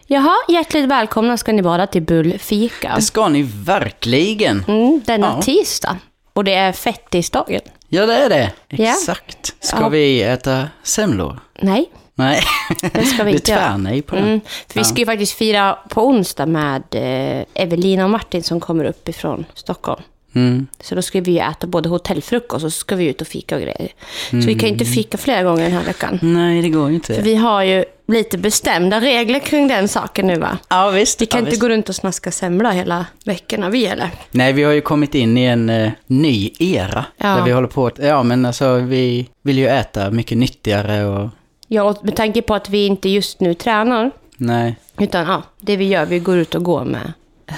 Jaha, hjärtligt välkomna ska ni vara till Bullfika. Det ska ni verkligen. Denna tisdag. Och det är fettisdagen. Ja, det är det. Exakt. Ska vi äta semlor? Nej. Nej, det ska vi inte göra. Nej på den. För vi ska ju faktiskt fira på onsdag med Evelina och Martin som kommer upp ifrån Stockholm. Så då ska vi ju äta både hotellfrukost och så ska vi ut och fika och grejer. Så vi kan inte fika flera gånger den här veckan. Nej, det går inte. För vi har ju lite bestämda regler kring den saken nu, va? Ja, visst. Vi kan inte gå runt och snaska semla hela veckorna, vi eller? Nej, vi har ju kommit in i en ny era. Där vi håller på att, vi vill ju äta mycket nyttigare och... Ja, och med tanke på att vi inte just nu tränar. Nej. Utan det vi gör, vi går ut och går med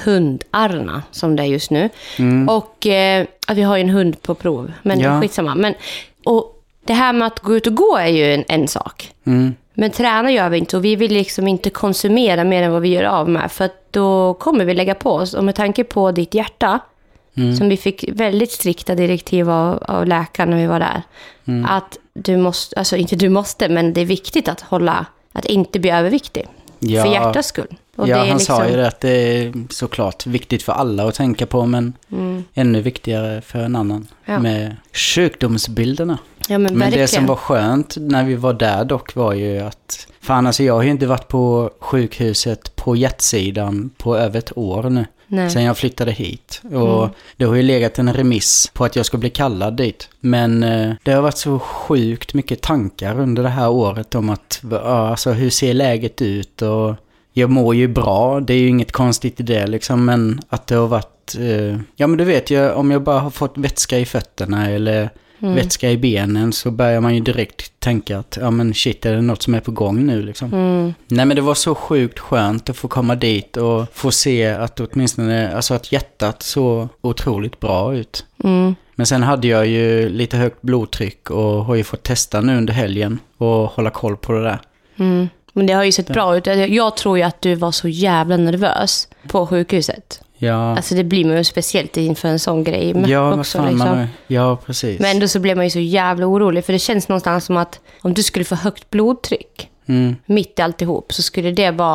hundarna som det är just nu. Och att vi har ju en hund på prov. Men skitsamma. Och det här med att gå ut och gå är ju en sak. Men träna gör vi inte. Och vi vill liksom inte konsumera mer än vad vi gör av med. För att då kommer vi lägga på oss. Och med tanke på ditt hjärta. Som vi fick väldigt strikta direktiv av läkaren när vi var där. Att du måste, alltså inte du måste, men det är viktigt att inte bli överviktig. Ja. För hjärtats skull. Och det är han liksom... sa ju det att det är såklart viktigt för alla att tänka på, men ännu viktigare för en annan med sjukdomsbilderna. Ja, men det som var skönt när vi var där dock var ju att jag har ju inte varit på sjukhuset på hjärtsidan på över ett år nu. Nej. Sen jag flyttade hit. Och det har ju legat en remiss på att jag ska bli kallad dit. Men det har varit så sjukt mycket tankar under det här året om att hur ser läget ut, och jag mår ju bra, det är ju inget konstigt i det liksom, men att det har varit men du vet ju, om jag bara har fått vätska i fötterna eller vätska i benen, så börjar man ju direkt tänka att shit, är det något som är på gång nu liksom. Nej, men det var så sjukt skönt att få komma dit och få se att åtminstone, att hjärtat så otroligt bra ut. Men sen hade jag ju lite högt blodtryck och har ju fått testa nu under helgen och hålla koll på det där. Men det har ju sett bra ut. Jag tror ju att du var så jävla nervös på sjukhuset. Ja. Alltså det blir man ju speciellt inför en sån grej. Ja, också, liksom. Ja, precis. Men ändå så blev man ju så jävla orolig. För det känns någonstans som att om du skulle få högt blodtryck mitt i alltihop, så skulle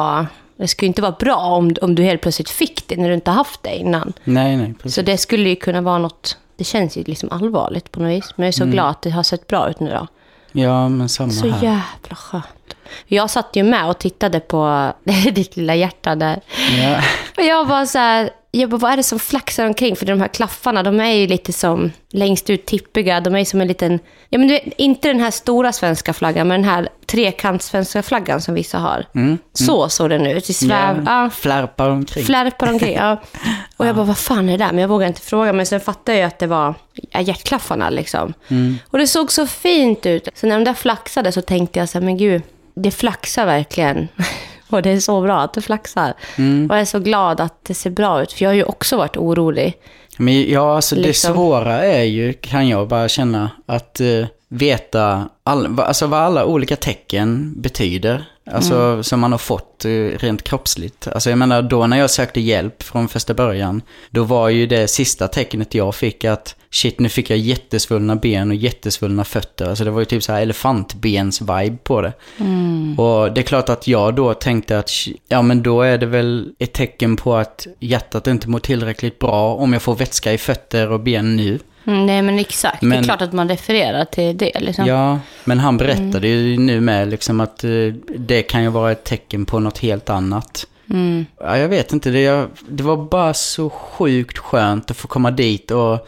det skulle inte vara bra om du helt plötsligt fick det när du inte haft det innan. Nej, precis. Så det skulle ju kunna vara något, det känns ju liksom allvarligt på något vis. Men jag är så glad att det har sett bra ut nu då. Ja, men samma så här. Så jävla skönt. Jag satt ju med och tittade på ditt lilla hjärta där. Ja. Och jag var så här, vad är det som flaxar omkring? För de här klaffarna, de är ju lite som längst ut tippiga. De är ju som en liten, du vet, inte den här stora svenska flaggan, men den här trekants svenska flaggan som vissa har. Så såg den ut. Flärpar omkring. Ja. Och jag bara, vad fan är det där? Men jag vågade inte fråga. Men sen fattade jag att det var hjärtklaffarna liksom. Och det såg så fint ut. Så när de där flaxade så tänkte jag så här, men gud, det flaxar verkligen. Och det är så bra att det flaxar. Och jag är så glad att det ser bra ut. För jag har ju också varit orolig. Men det svåra är ju, kan jag bara känna, att veta vad alla olika tecken betyder. Som man har fått rent kroppsligt. Jag menar, då när jag sökte hjälp från första början, då var ju det sista tecknet jag fick att shit, nu fick jag jättesvullna ben och jättesvullna fötter. Det var ju typ så här elefantbens-vibe på det. Och det är klart att jag då tänkte att men då är det väl ett tecken på att hjärtat inte mår tillräckligt bra om jag får vätska i fötter och ben nu. Nej, men exakt. Det är klart att man refererar till det liksom. Ja, men han berättade ju nu med liksom att det kan ju vara ett tecken på något helt annat. Ja, jag vet inte, det var bara så sjukt skönt att få komma dit och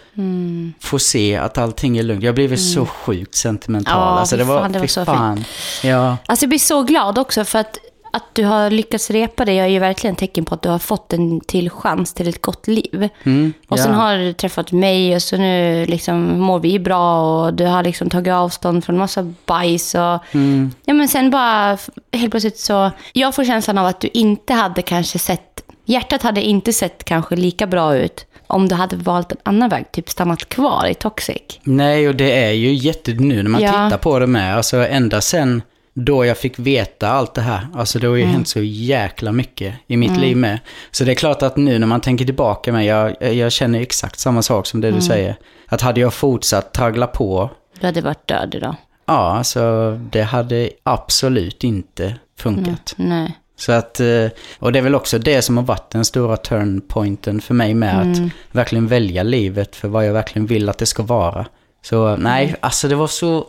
få se att allting är lugnt. Jag blev så sjukt sentimental. Ja, det var så fint. Ja. Jag blir så glad också för att du har lyckats repa det. Jag är ju verkligen tecken på att du har fått en till chans till ett gott liv. Och sen har du träffat mig och så nu liksom mår vi bra och du har liksom tagit avstånd från massa bajs och men sen bara helt plötsligt så jag får känslan av att du inte hade kanske hjärtat hade inte sett kanske lika bra ut om du hade valt en annan väg, typ stannat kvar i Toxic. Nej, och det är ju nu när man tittar på det med, ända sen då jag fick veta allt det här. Det har ju hänt så jäkla mycket i mitt liv med. Så det är klart att nu när man tänker tillbaka med, jag känner exakt samma sak som det du säger. Att hade jag fortsatt traggla på, du hade varit död idag. Ja, det hade absolut inte funkat. Nej. Så att, och det är väl också det som har varit den stora turnpointen för mig med att verkligen välja livet för vad jag verkligen vill att det ska vara. Så nej, alltså det var så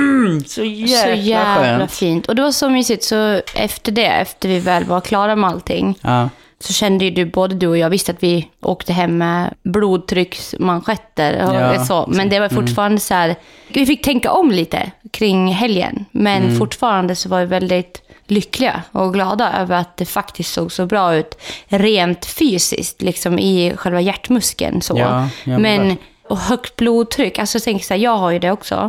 jävla skönt. Fint. Och det var så mysigt, så efter vi väl var klara med allting, så kände ju både du och jag visste att vi åkte hem med blodtrycksmanschetter och så. Men det var fortfarande så här, vi fick tänka om lite kring helgen. Men fortfarande så var vi väldigt lyckliga och glada över att det faktiskt såg så bra ut rent fysiskt, liksom i själva hjärtmuskeln så. Men och högt blodtryck, alltså jag tänker så här, jag har ju det också.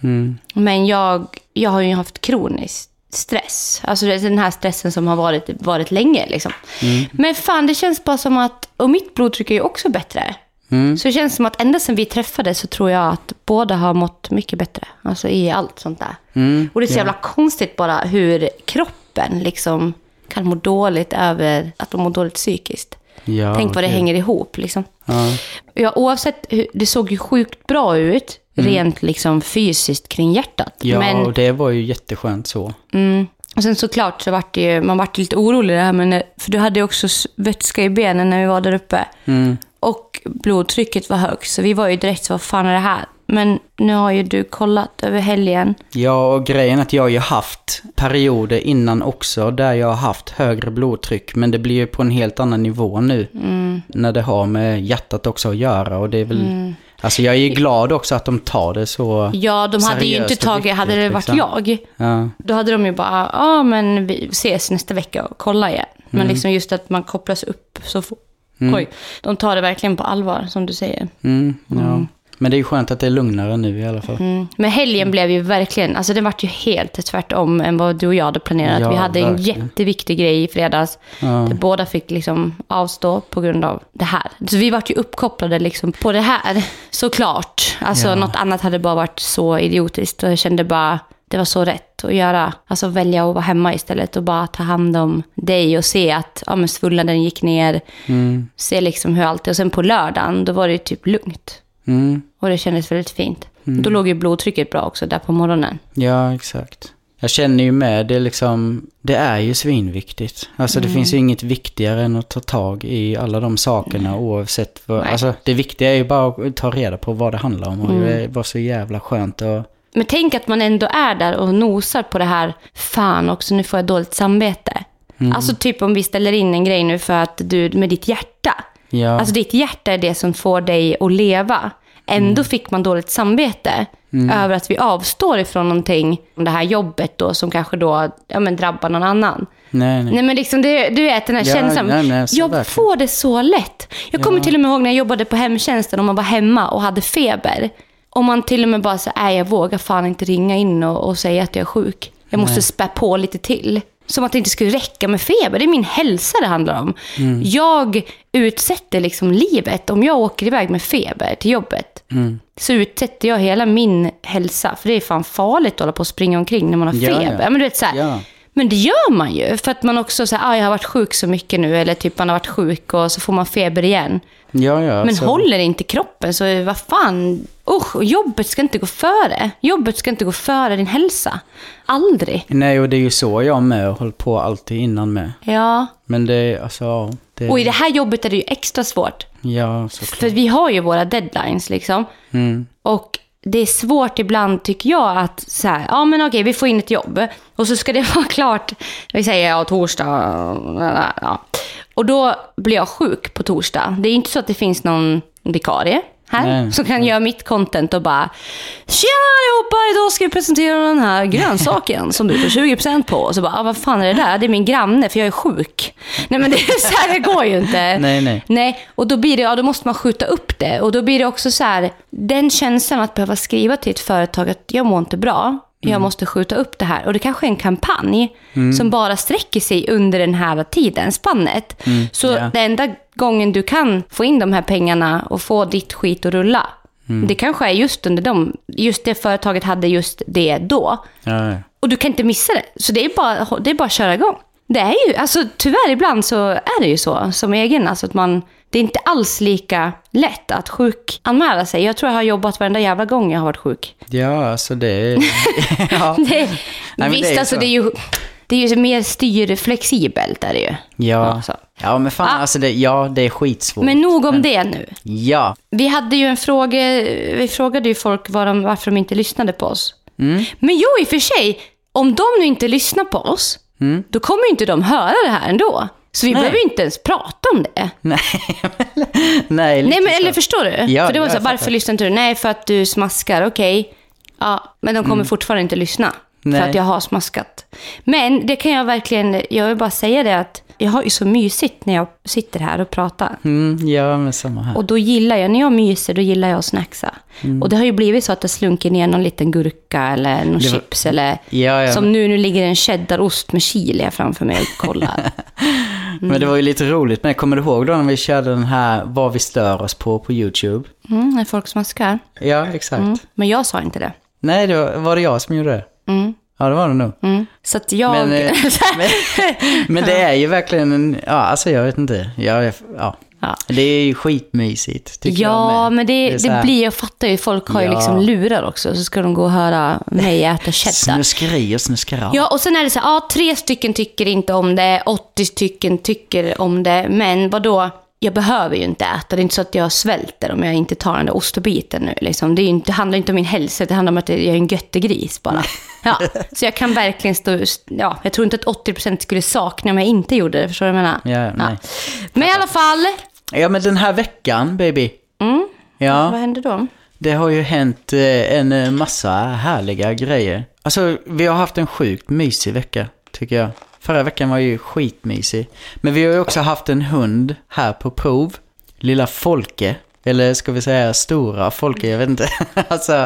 Men jag har ju haft kronisk stress. Alltså det är den här stressen som har varit länge liksom. Men fan, det känns bara som att, och mitt blodtryck är ju också bättre. Så det känns som att ända sedan vi träffades så tror jag att båda har mått mycket bättre. Alltså i allt sånt där. Och det är så jävla konstigt bara hur kroppen liksom kan må dåligt över att de mår dåligt psykiskt. Tänk vad det hänger ihop liksom. Oavsett, det såg ju sjukt bra ut rent liksom fysiskt kring hjärtat. Men, och det var ju jätteskönt så. Och sen såklart så vart det ju, man vart lite orolig det här, men för du hade ju också vätska i benen när vi var där uppe. Och blodtrycket var högt, så vi var ju direkt så, vad fan är det här? Men nu har ju du kollat över helgen. Ja, och grejen är att jag har ju haft perioder innan också där jag har haft högre blodtryck. Men det blir ju på en helt annan nivå nu. När det har med hjärtat också att göra. Och det är väl... Alltså jag är ju glad också att de tar det så. Ja, de hade ju inte tagit, hade det varit jag. Då hade de ju bara, men vi ses nästa vecka och kolla igen. Men liksom just att man kopplas upp så oj, de tar det verkligen på allvar, som du säger. Men det är ju skönt att det är lugnare nu i alla fall. Men helgen blev ju verkligen, alltså det var ju helt tvärtom än vad du och jag hade planerat. Vi hade en jätteviktig grej i fredags. Där båda fick liksom avstå på grund av det här. Så vi var ju uppkopplade liksom på det här, såklart. Alltså något annat hade bara varit så idiotiskt. Och jag kände bara, det var så rätt att göra. Alltså välja att vara hemma istället och bara ta hand om dig och se att svullnaden gick ner. Se liksom hur allt är. Och sen på lördagen, då var det ju typ lugnt. Och det kändes väldigt fint. Då låg ju blodtrycket bra också där på morgonen. Ja, exakt. Jag känner ju med det liksom, det är ju svinviktigt. Alltså det finns ju inget viktigare än att ta tag i alla de sakerna oavsett vad. Alltså det viktiga är ju bara att ta reda på vad det handlar om. Och det var så jävla skönt att... Men tänk att man ändå är där och nosar på det här. Fan också, nu får jag dåligt samvete. Alltså typ om vi ställer in en grej nu för att du med ditt hjärta. Alltså ditt hjärta är det som får dig att leva. Ändå fick man dåligt samvete över att vi avstår ifrån någonting. Det här jobbet då som kanske då drabbar någon annan. Nej men liksom du vet den här känslan. Jag får det så lätt. Jag kommer till och med ihåg när jag jobbade på hemtjänsten och man var hemma och hade feber. Och man till och med bara så jag vågar fan inte ringa in och säga att jag är sjuk. Jag måste spä på lite till. Som att det inte skulle räcka med feber. Det är min hälsa det handlar om. Jag utsätter liksom livet. Om jag åker iväg med feber till jobbet så utsätter jag hela min hälsa. För det är fan farligt att hålla på och springa omkring när man har feber. Men du vet så här, men det gör man ju. För att man också säger, jag har varit sjuk så mycket nu. Eller typ man har varit sjuk och så får man feber igen. Men håller inte kroppen så vad fan, jobbet ska inte gå före. Jobbet ska inte gå före din hälsa. Aldrig. Nej, och det är ju så jag med och håller på alltid innan med. Ja. Men det alltså och i det här jobbet är det ju extra svårt. Ja, såklart. För vi har ju våra deadlines liksom. Och det är svårt ibland tycker jag att så här, men okej, vi får in ett jobb och så ska det vara klart, vi säger torsdag. Och då blir jag sjuk på torsdag. Det är inte så att det finns någon vikarie här som kan göra mitt content och bara tjena allihopa, idag ska vi presentera den här grönsaken som du får 20% på. Och så bara, vad fan är det där? Det är min granne för jag är sjuk. Nej men det är så här, det går ju inte. Nej. Och då blir det, då måste man skjuta upp det. Och då blir det också så här, den känslan att behöva skriva till ett företag att jag mår inte bra. Jag måste skjuta upp det här. Och det kanske är en kampanj som bara sträcker sig under den här tiden, spannet. Så det enda gången du kan få in de här pengarna och få ditt skit att rulla, det kanske är just under just det företaget hade just det då. Och du kan inte missa det. Så det är bara att köra igång. Det är ju, alltså tyvärr ibland så är det ju så som egen, alltså att det är inte alls lika lätt att sjukanmäla sig. Jag tror jag har jobbat varenda jävla gång jag har varit sjuk. Ja, alltså det är... visst, alltså det är Det är ju mer styrflexibelt där ju. Ja. Ja, men fan, alltså det är skitsvårt. Men nog om det nu. Ja. Vi hade ju vi frågade ju folk varför de inte lyssnade på oss. Men jo, i och för sig, om de nu inte lyssnar på oss, då kommer ju inte de höra det här ändå. Så vi behöver ju inte ens prata om det. Nej, men eller förstår du? Ja, för det var så, varför lyssnar inte du? Nej, för att du smaskar, okej. Ja, men de kommer fortfarande inte lyssna. För att jag har smaskat. Men det kan jag vill bara säga det att jag har ju så mysigt när jag sitter här och pratar. Ja, men samma här. Och då gillar jag, när jag myser, då gillar jag att snacksa. Och det har ju blivit så att det slunker ner någon liten gurka eller någon chips. Eller, som nu ligger en cheddarost med chili här framför mig och kollar. Men det var ju lite roligt. Men kommer du ihåg då när vi körde den här vad vi stör oss på YouTube? När folk smaskar. Ja, exakt. Men jag sa inte det. Nej, det var det jag som gjorde det. Ja, det var det nog. Så att jag... Men det är ju verkligen alltså jag vet inte. Det är ju skitmysigt, tycker jag med. Men det blir, jag fattar ju, folk har ju liksom lurar också. Så ska de gå och höra mig äta cheddar. Snuskar. Ja, och sen är det så här, 3 stycken tycker inte om det, 80 stycken tycker om det. Men vadå? Jag behöver ju inte äta. Det är inte så att jag svälter om jag inte tar den där ostbiten nu. Liksom. Det handlar inte om min hälsa. Det handlar om att jag är en göttegris bara. Ja. Så jag kan verkligen jag tror inte att 80% skulle sakna om jag inte gjorde det. Förstår du vad jag menar? Nej. Men i alla fall. Ja, men den här veckan, baby. Ja. Vad hände då? Det har ju hänt en massa härliga grejer. Alltså, vi har haft en sjukt mysig vecka, tycker jag. Förra veckan var ju skitmysig. Men vi har ju också haft en hund här på prov. Lilla Folke. Eller ska vi säga stora Folke, jag vet inte. Alltså,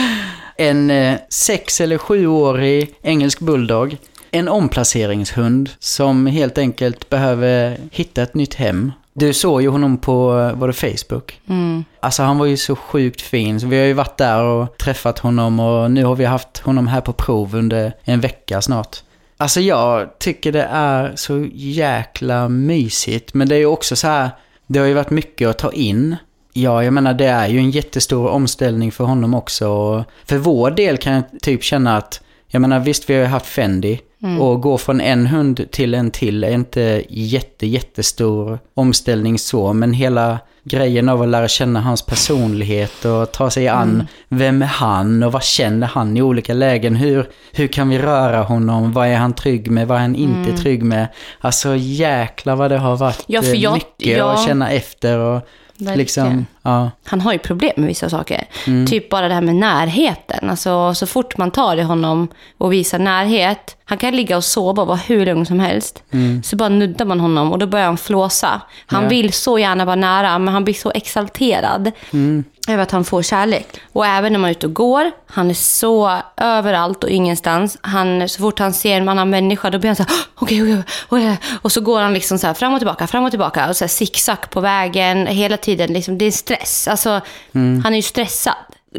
en 6 eller 7-årig engelsk bulldog. En omplaceringshund som helt enkelt behöver hitta ett nytt hem. Du såg ju honom på Facebook. Alltså han var ju så sjukt fin. Så vi har ju varit där och träffat honom. Och nu har vi haft honom här på prov under en vecka snart. Alltså jag tycker det är så jäkla mysigt. Men det är ju också så här, det har ju varit mycket att ta in. Ja, jag menar det är ju en jättestor omställning för honom också. Och för vår del kan jag typ känna att, jag menar visst vi har ju haft Fendi. Och gå från en hund till en till är inte jättestor omställning så. Men hela grejen av att lära känna hans personlighet och ta sig an vem är han och vad känner han i olika lägen. Hur kan vi röra honom? Vad är han trygg med? Vad är han inte trygg med? Alltså jäkla vad det har varit mycket att känna efter och liksom, Han har ju problem med vissa saker. Typ bara det här med närheten. Alltså så fort man tar i honom och visar närhet. Han kan ligga och sova och vara hur lugn som helst. Så bara nuddar man honom och då börjar han flåsa. Han vill så gärna vara nära, men han blir så exalterad över att han får kärlek. Och även när man är ute och går, han är så överallt och ingenstans. Så fort han ser en annan människa, då blir han så här, okej. Och så går han liksom så här fram och tillbaka och så här zigzag på vägen hela tiden. Liksom, det är stress. Alltså, han är ju stressad.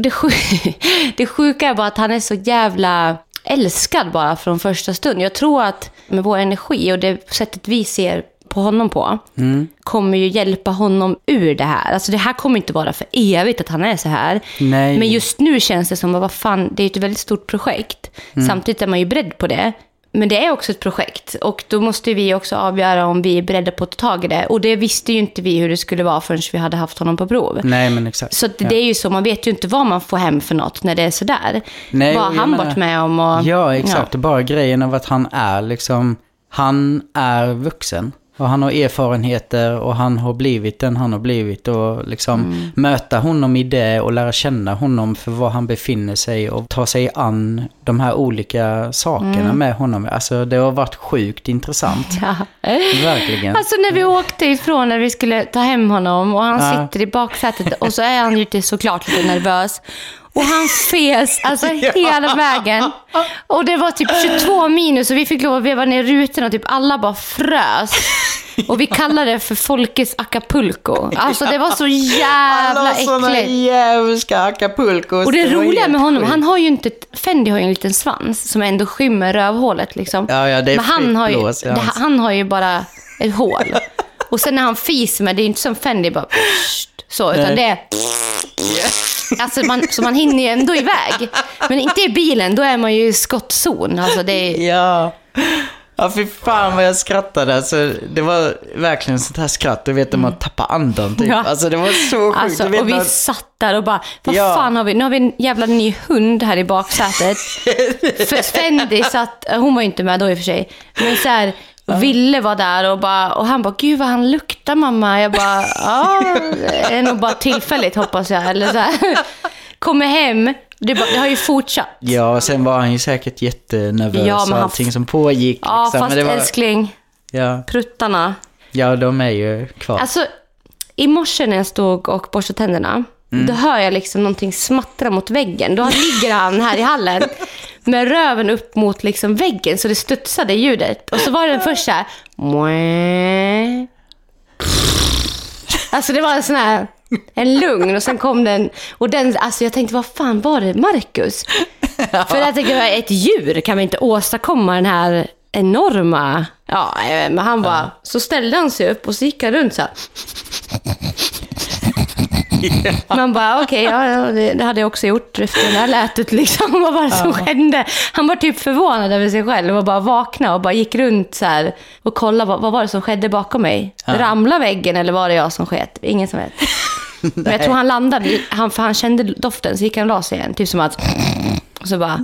Det sjuka är bara att han är så jävla älskad bara från första stund. Jag tror att med vår energi och det sättet vi ser på honom på kommer ju hjälpa honom ur det här. Alltså det här kommer inte vara för evigt att han är så här. Nej. Men just nu känns det som vad fan, det är ett väldigt stort projekt. Samtidigt är man ju beredd på det. Men det är också ett projekt och då måste vi också avgöra om vi är beredda på att ta tag i det. Och det visste ju inte vi hur det skulle vara förrän vi hade haft honom på prov. Nej, men exakt. Så det är ju så, man vet ju inte vad man får hem för något när det är sådär. Nej, vad han varit med om. Och, ja, exakt. Bara grejen av att han är liksom, han är vuxen. Och han har erfarenheter och han har blivit den han har blivit. Och liksom möta honom i det och lära känna honom för var han befinner sig. Och ta sig an de här olika sakerna med honom. Alltså det har varit sjukt intressant. Ja. Verkligen. Alltså när vi åkte ifrån när vi skulle ta hem honom. Och han sitter i baksätet och så är han ju såklart lite nervös. Och han fes alltså hela vägen. Och det var typ 22 minus och vi fick lov att veva ner rutorna och typ alla bara frös. Och vi kallade det för Folkes Acapulco. Alltså det var så jävla äckligt. Alla såna jävla Acapulco. Och det roliga med honom, han har ju inte, Fendi har ju en liten svans som ändå skymmer rövhålet liksom. Ja, det är. Men han har ju bara ett hål. Och sen när han fiser med, det är inte som Fendi bara så, utan det är alltså så man hinner ju ändå iväg. Men inte i bilen, då är man ju i skottzon. Alltså det är, Ja, fy fan vad jag skrattade. Alltså, det var verkligen sånt här skratt. Du vet, man tappar andan typ. Ja. Alltså det var så sjukt. Alltså, och vi satt där och bara, vad fan har vi? Nu har vi en jävla ny hund här i baksätet. För Fendi satt, hon var ju inte med då i och för sig. Men så här, Ville var där och han bara, gud vad han luktar, mamma. Jag bara, ja, det är nog bara tillfälligt hoppas jag. Eller så här. Kommer hem. Det har ju fortsatt. Ja, sen var han ju säkert jättenervös och allting som pågick. Ja, liksom. Fast men det var... älskling, pruttarna. Ja, de är ju kvar. Alltså, i morse när jag stod och borstade tänderna, då hör jag liksom någonting smattra mot väggen. Då ligger han här i hallen med röven upp mot liksom väggen, så det studsade ljudet. Och så var det den första. Alltså det var en sån här... en lugn, och sen kom den, och den, alltså jag tänkte, vad fan var det, Marcus? För jag tänker, ett djur kan vi inte åstadkomma den här enorma, men han bara, så ställde han sig upp och så gick han runt så här. Man bara, okej, det hade jag också gjort efter det här lätet liksom. Vad var det som skedde? Han var typ förvånad över sig själv och bara vaknade och bara gick runt så här och kollade, vad var det som skedde bakom mig? Ramlade väggen eller var det jag som sket? Ingen som vet. Men jag tror han landade, för han kände doften, så gick han och la sig igen. Typ som att, och så bara,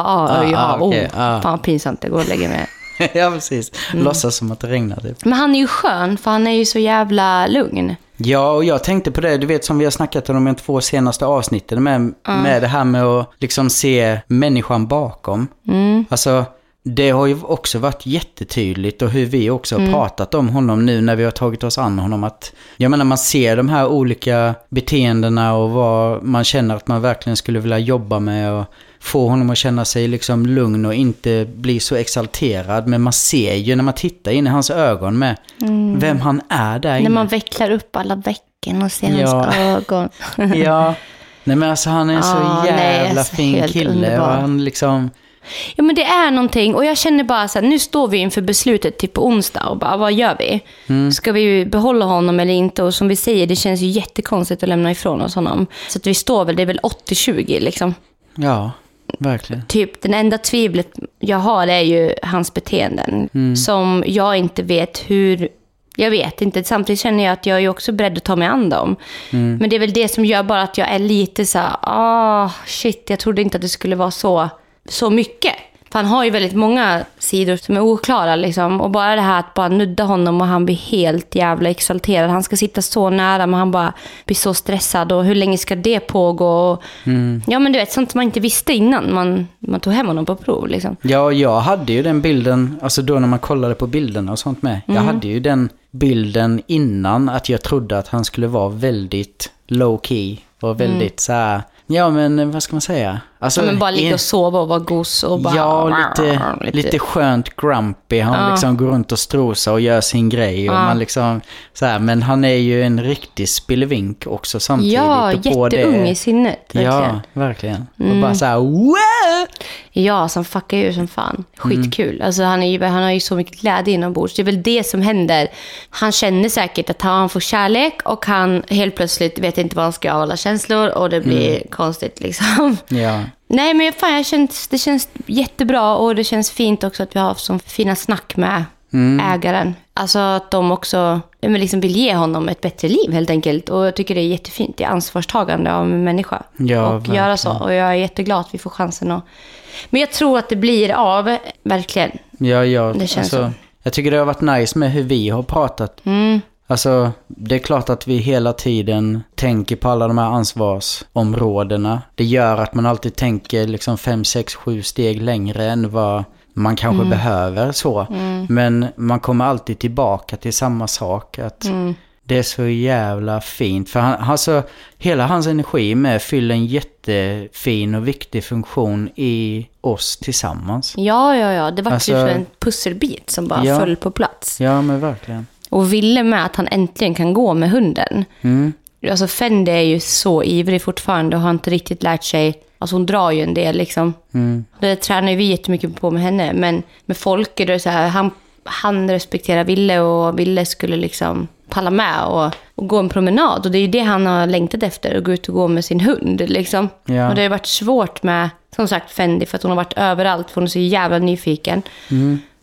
fan pinsamt, det går att lägga med. Ja, precis. Låtsas som att det regnade. Men han är ju skön, för han är ju så jävla lugn. Ja, och jag tänkte på det, du vet, som vi har snackat om de 2 senaste avsnitten med det här med att liksom se människan bakom. Alltså, det har ju också varit jättetydligt, och hur vi också har pratat om honom nu när vi har tagit oss an honom, att jag menar, man ser de här olika beteendena och vad man känner att man verkligen skulle vilja jobba med och få honom att känna sig liksom lugn och inte bli så exalterad, men man ser ju när man tittar in i hans ögon med vem han är där inne. När man vecklar upp alla vecken och ser hans ögon. Ja, nej men alltså han är en så jävla fin kille underbar. Och han liksom... Ja, men det är någonting, och jag känner bara så här, nu står vi inför beslutet typ på onsdag och bara, vad gör vi? Ska vi behålla honom eller inte? Och som vi säger, det känns ju jättekonstigt att lämna ifrån oss honom. Så att vi står väl, det är väl 80-20 liksom. Ja, verkligen. Typ, den enda tvivlet jag har är ju hans beteenden. Som jag inte vet hur... Jag vet inte, samtidigt känner jag att jag är också beredd att ta mig an dem. Men det är väl det som gör bara att jag är lite så här, shit, jag trodde inte att det skulle vara så mycket. För han har ju väldigt många sidor som är oklara liksom. Och bara det här att bara nudda honom och han blir helt jävla exalterad. Han ska sitta så nära, men han bara blir så stressad. Och hur länge ska det pågå? Ja, men du vet, sånt som man inte visste innan man tog hem honom på prov liksom. Ja, jag hade ju den bilden, alltså då när man kollade på bilderna och sånt med. Jag hade ju den bilden innan, att jag trodde att han skulle vara väldigt low key och väldigt så här. Ja, men vad ska man säga? Alltså, men bara ligga och sova och vara gos och bara... Ja, lite skönt grumpy. Han liksom går runt och strosar och gör sin grej. Och man liksom, så här, men han är ju en riktig spillevink också samtidigt. Ja, och på jätteung i sinnet. Verkligen. Ja, verkligen. Och bara så här, wow! Ja, som fuckar ju som fan. Skitkul. Alltså han har ju så mycket glädje inombords. Det är väl det som händer. Han känner säkert att han får kärlek och han helt plötsligt vet inte vad han ska avhålla känslor och det blir konstigt liksom. Ja. Nej, men fan, det känns jättebra, och det känns fint också att vi har haft så fina snack med ägaren. Alltså att de också liksom vill ge honom ett bättre liv helt enkelt. Och jag tycker det är jättefint, det är ansvarstagande av en människa. Ja, och verkligen. Göra så. Och jag är jätteglad att vi får chansen. Men jag tror att det blir av, verkligen. Ja, det känns så. Jag tycker det har varit nice med hur vi har pratat. Alltså, det är klart att vi hela tiden tänker på alla de här ansvarsområdena. Det gör att man alltid tänker liksom 5, 6, 7 steg längre än vad man kanske behöver så. Men man kommer alltid tillbaka till samma sak. Att det är så jävla fint. För alltså, hela hans energi med fyller en jättefin och viktig funktion i oss tillsammans. Ja. Det var alltså, typ en pusselbit som bara föll på plats. Ja, men verkligen. Och ville med att han äntligen kan gå med hunden. Alltså Fendi är ju så ivrig fortfarande och har inte riktigt lärt sig. Alltså hon drar ju en del liksom. Det tränar ju vi jättemycket på med henne. Men med Folke då är det så här, han respekterar Ville och Ville skulle liksom palla med och gå en promenad. Och det är ju det han har längtat efter, att gå ut och gå med sin hund liksom. Ja. Och det har varit svårt med, som sagt, Fendi, för att hon har varit överallt, för hon är så jävla nyfiken.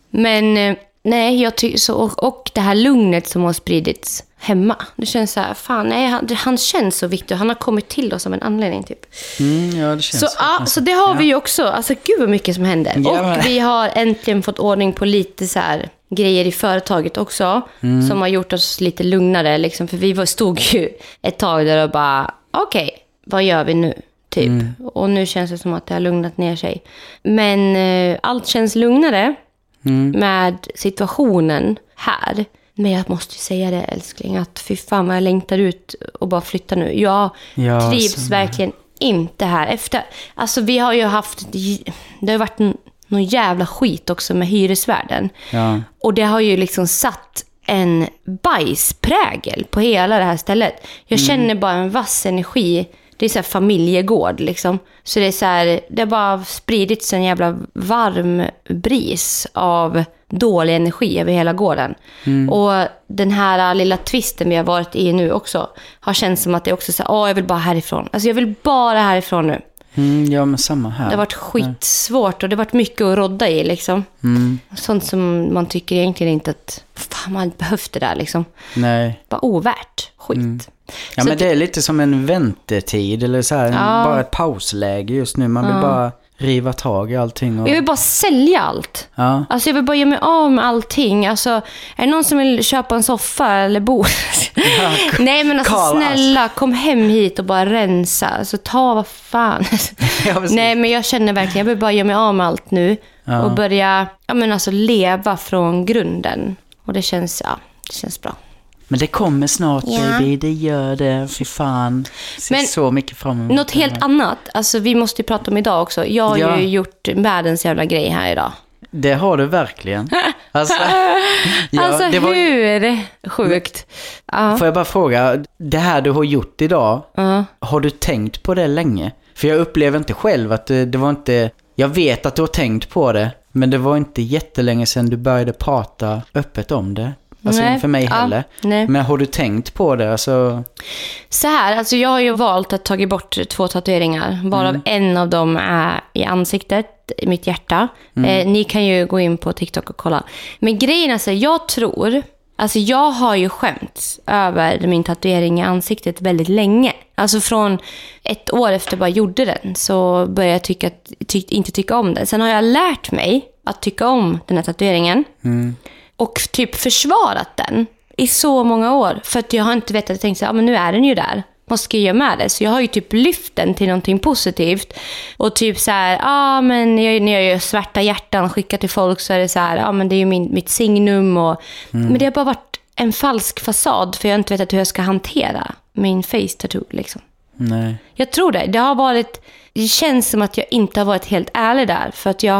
Men nej, jag tycker så. Och det här lugnet som har spridits hemma. Det känns så här, fan, nej, han känns så viktig. Han har kommit till oss som en anledning typ. Ja, det känns så det har vi ju också. Alltså gud vad mycket som händer. Ja, och vi har äntligen fått ordning på lite så här grejer i företaget också. Som har gjort oss lite lugnare liksom. För vi stod ju ett tag där och bara, okej, vad gör vi nu? Typ. Och nu känns det som att det har lugnat ner sig. Men allt känns lugnare med situationen här. Men jag måste ju säga det, älskling, att fy fan vad jag längtar ut och bara flytta nu. Jag trivs verkligen inte här. Alltså vi har ju haft, det har varit någon jävla skit också med hyresvärden. Ja. Och det har ju liksom satt en bajsprägel på hela det här stället. Jag känner bara en vass energi. Det är så här familjegård liksom. Så det är så här, det har bara spridits en jävla varm bris av dålig energi över hela gården. Och den här lilla twisten vi har varit i nu också har känts som att det också så här, jag vill bara härifrån. Alltså jag vill bara härifrån nu. Ja, men samma här. Det har varit skitsvårt och det har varit mycket att rodda i liksom. Sånt som man tycker egentligen inte att fan, man behövde det där liksom. Nej. Bara ovärt skit. Ja, så men det är lite som en väntetid eller så här, bara ett pausläge just nu. Man vill bara riva tag i allting. Och... Jag vill bara sälja allt. Ja. Alltså jag vill bara göra mig av med allting. Alltså, är det någon som vill köpa en soffa eller bord? Nej, men alltså snälla, kom hem hit och bara rensa. Alltså ta vad fan. Nej, men jag känner verkligen, jag vill bara göra mig av med allt nu. Och börja, alltså leva från grunden. Och det känns bra. Men det kommer snart, baby. Det gör det. Fy fan. Men så mycket fram emot. Något helt annat. Alltså, vi måste ju prata om idag också. Jag har ju gjort världens jävla grej här idag. Det har du verkligen. Alltså, det var... hur sjukt. Får jag bara fråga, det här du har gjort idag, har du tänkt på det länge? För jag upplever inte själv att det var inte... Jag vet att du har tänkt på det, men det var inte jättelänge sedan du började prata öppet om det. Alltså för mig heller. Men har du tänkt på det? Alltså... Så här, alltså jag har ju valt att ta bort 2 tatueringar. Varav en av dem är i ansiktet, i mitt hjärta. Ni kan ju gå in på TikTok och kolla. Men grejen är så, jag har ju skämts över min tatuering i ansiktet väldigt länge. Alltså från 1 år efter jag bara gjorde den så började jag inte tycka om den. Sen har jag lärt mig att tycka om den här tatueringen. Och typ försvarat den i så många år. För att jag har inte vetat, jag tänkte så men nu är den ju där. Vad ska jag göra med det? Så jag har ju typ lyft den till någonting positivt. Och typ så här, men när jag gör svarta hjärtan skickar till folk så är det så här, men det är ju mitt signum. Men det har bara varit en falsk fasad för jag har inte vetat hur jag ska hantera min face tattoo liksom. Nej. Jag tror det känns som att jag inte har varit helt ärlig där. För att jag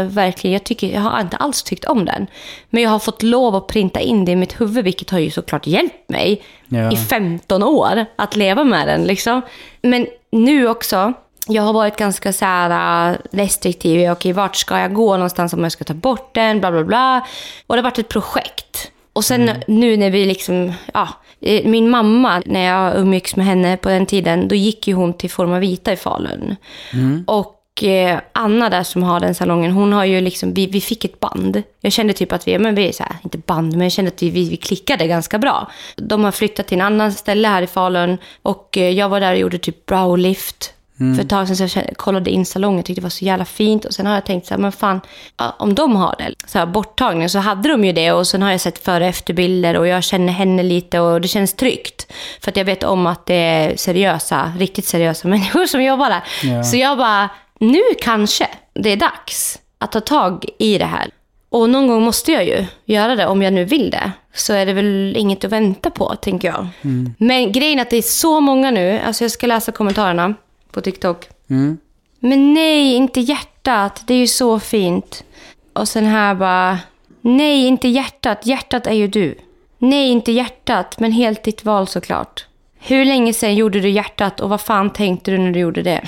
har inte alls tyckt om den. Men jag har fått lov att printa in det i mitt huvud. Vilket har ju såklart hjälpt mig i 15 år att leva med den liksom. Men nu också, jag har varit ganska så här restriktiv. Okej, vart ska jag gå någonstans om jag ska ta bort den, bla bla bla. Och det har varit ett projekt. Och sen nu när vi liksom, min mamma, när jag umgicks med henne på den tiden, då gick ju hon till Forma Vita i Falun. Och Anna där som har den salongen, hon har ju liksom, vi fick ett band. Jag kände typ att vi är så här, inte band, men jag kände att vi klickade ganska bra. De har flyttat till en annan ställe här i Falun och jag var där och gjorde typ browlift. För ett tag sedan så jag kollade in salongen, tyckte det var så jävla fint. Och sen har jag tänkt så här, men fan, om de har det så här, borttagning, så hade de ju det. Och sen har jag sett före- och efterbilder och jag känner henne lite och det känns tryggt. För att jag vet om att det är riktigt seriösa människor som jobbar där. Ja. Så jag bara, nu kanske det är dags att ta tag i det här. Och någon gång måste jag ju göra det om jag nu vill det. Så är det väl inget att vänta på, tänker jag. Men grejen är att det är så många nu, alltså jag ska läsa kommentarerna på TikTok. Men nej, inte hjärtat. Det är ju så fint. Och sen här bara, nej, inte hjärtat. Hjärtat är ju du. Nej, inte hjärtat, men helt ditt val såklart. Hur länge sedan gjorde du hjärtat och vad fan tänkte du när du gjorde det?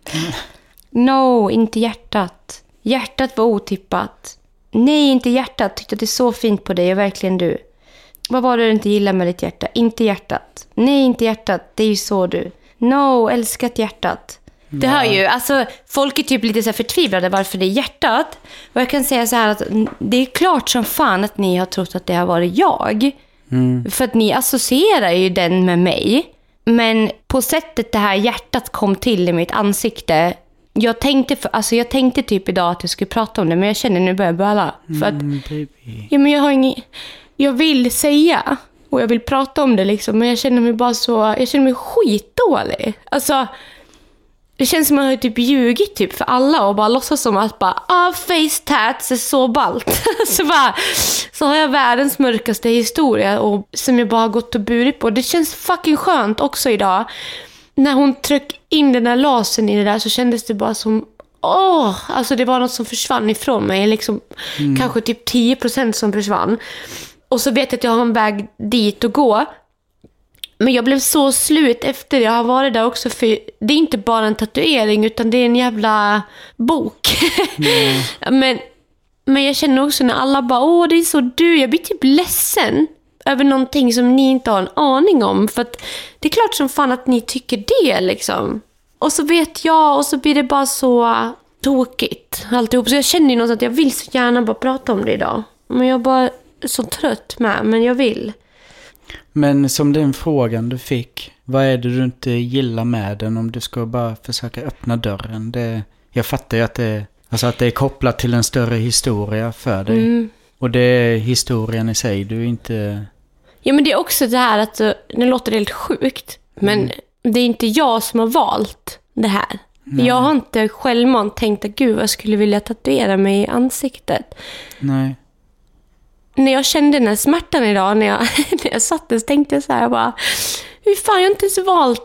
No, inte hjärtat. Hjärtat var otippat. Nej, inte hjärtat. Tyckte att det är så fint på dig och verkligen du. Vad var det du inte gillade med ditt hjärta? Inte hjärtat. Nej, inte hjärtat. Det är ju så du. No, älskat hjärtat. Det hör ju, alltså folk är typ lite så här förtvivlade varför det är hjärtat. Och jag kan säga så här att det är klart som fan att ni har trott att det har varit jag. För att ni associerar ju den med mig. Men på sättet det här hjärtat kom till i mitt ansikte. Jag tänkte typ idag att jag skulle prata om det, men jag känner nu börjar böla. För att ja, men jag vill säga och jag vill prata om det liksom, men jag känner mig skitdålig. Alltså det känns som att jag har typ ljugit typ för alla och bara låtsas som att face tats är så ballt. så har jag världens mörkaste historia och som jag bara har gått och burit på. Det känns fucking skönt också idag. När hon tryckte in den där lasern i det där så kändes det bara som alltså det var något som försvann ifrån mig liksom, kanske typ 10% som försvann. Och så vet jag att jag har en väg dit att gå. Men jag blev så slut efter jag har varit där också, för det är inte bara en tatuering utan det är en jävla bok. Men jag känner också när alla bara det är så du, jag blir typ ledsen över någonting som ni inte har en aning om, för att det är klart som fan att ni tycker det liksom. Och så vet jag, och så blir det bara så tokigt alltihop. Så jag känner ju något att jag vill så gärna bara prata om det idag. Men jag bara är så trött med, men jag vill. Men som den frågan du fick, vad är det du inte gillar med den om du ska bara försöka öppna dörren? Jag fattar ju att det är kopplat till en större historia för dig. Och det är historien i sig, du inte... Ja, men det är också det här att det låter helt sjukt. Men det är inte jag som har valt det här. Nej. Jag har inte självmant tänkt att gud, jag skulle vilja tatuera mig i ansiktet. Nej. När jag kände den här smärtan idag, när jag satt där, så tänkte jag så här, bara, hur fan, jag har inte ens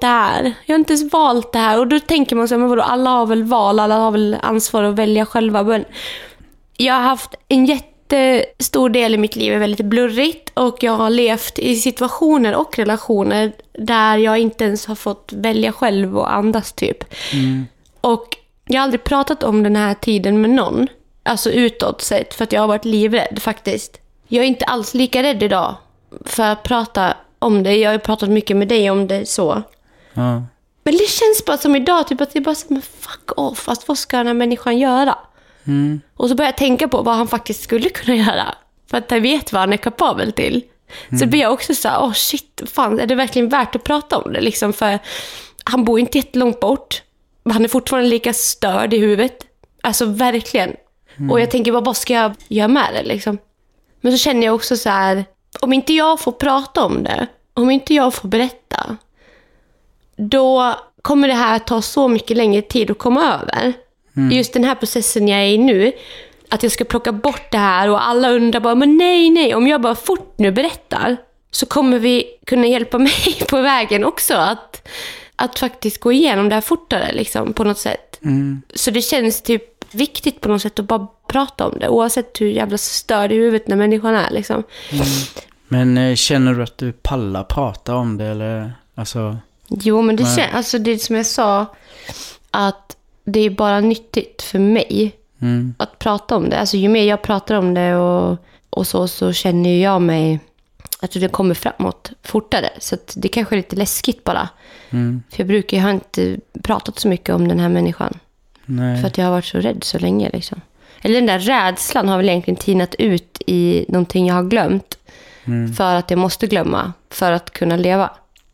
valt det här. Och då tänker man så här, men vadå, alla har väl val, alla har väl ansvar att välja själva. Men jag har haft en jättestor del i mitt liv är väldigt blurrigt, och jag har levt i situationer och relationer där jag inte ens har fått välja själv och andas typ. Och jag har aldrig pratat om den här tiden med någon, alltså utåt sett, för att jag har varit livrädd faktiskt. Jag är inte alls lika rädd idag för att prata om det. Jag har pratat mycket med dig om det så. Men det känns bara som idag typ att det är bara som fuck off. Alltså, vad ska den här människan göra? Och så börjar jag tänka på vad han faktiskt skulle kunna göra. För att jag vet vad han är kapabel till. Så blir jag också så här, shit, fan, är det verkligen värt att prata om det? Liksom, för han bor inte jättelångt bort. Han är fortfarande lika störd i huvudet. Alltså verkligen. Och jag tänker bara, vad ska jag göra med det liksom? Men så känner jag också så här, om inte jag får prata om det, om inte jag får berätta, då kommer det här ta så mycket längre tid att komma över. Just den här processen jag är i nu, att jag ska plocka bort det här, och alla undrar bara, men nej, om jag bara fort nu berättar, så kommer vi kunna hjälpa mig på vägen också att faktiskt gå igenom det här fortare liksom, på något sätt. Så det känns typ viktigt på något sätt att bara prata om det, oavsett hur jävla störd i huvudet när människan är liksom. Men känner du att du pallar prata om det, eller alltså? Jo, men det känns, alltså det som jag sa, att det är bara nyttigt för mig att prata om det. Alltså ju mer jag pratar om det och så känner jag mig att det kommer framåt fortare. Så att det kanske är lite läskigt bara. För jag har inte pratat så mycket om den här människan. Nej. För att jag har varit så rädd så länge liksom. Eller den där rädslan har väl egentligen tinat ut i någonting jag har glömt. För att jag måste glömma för att kunna leva.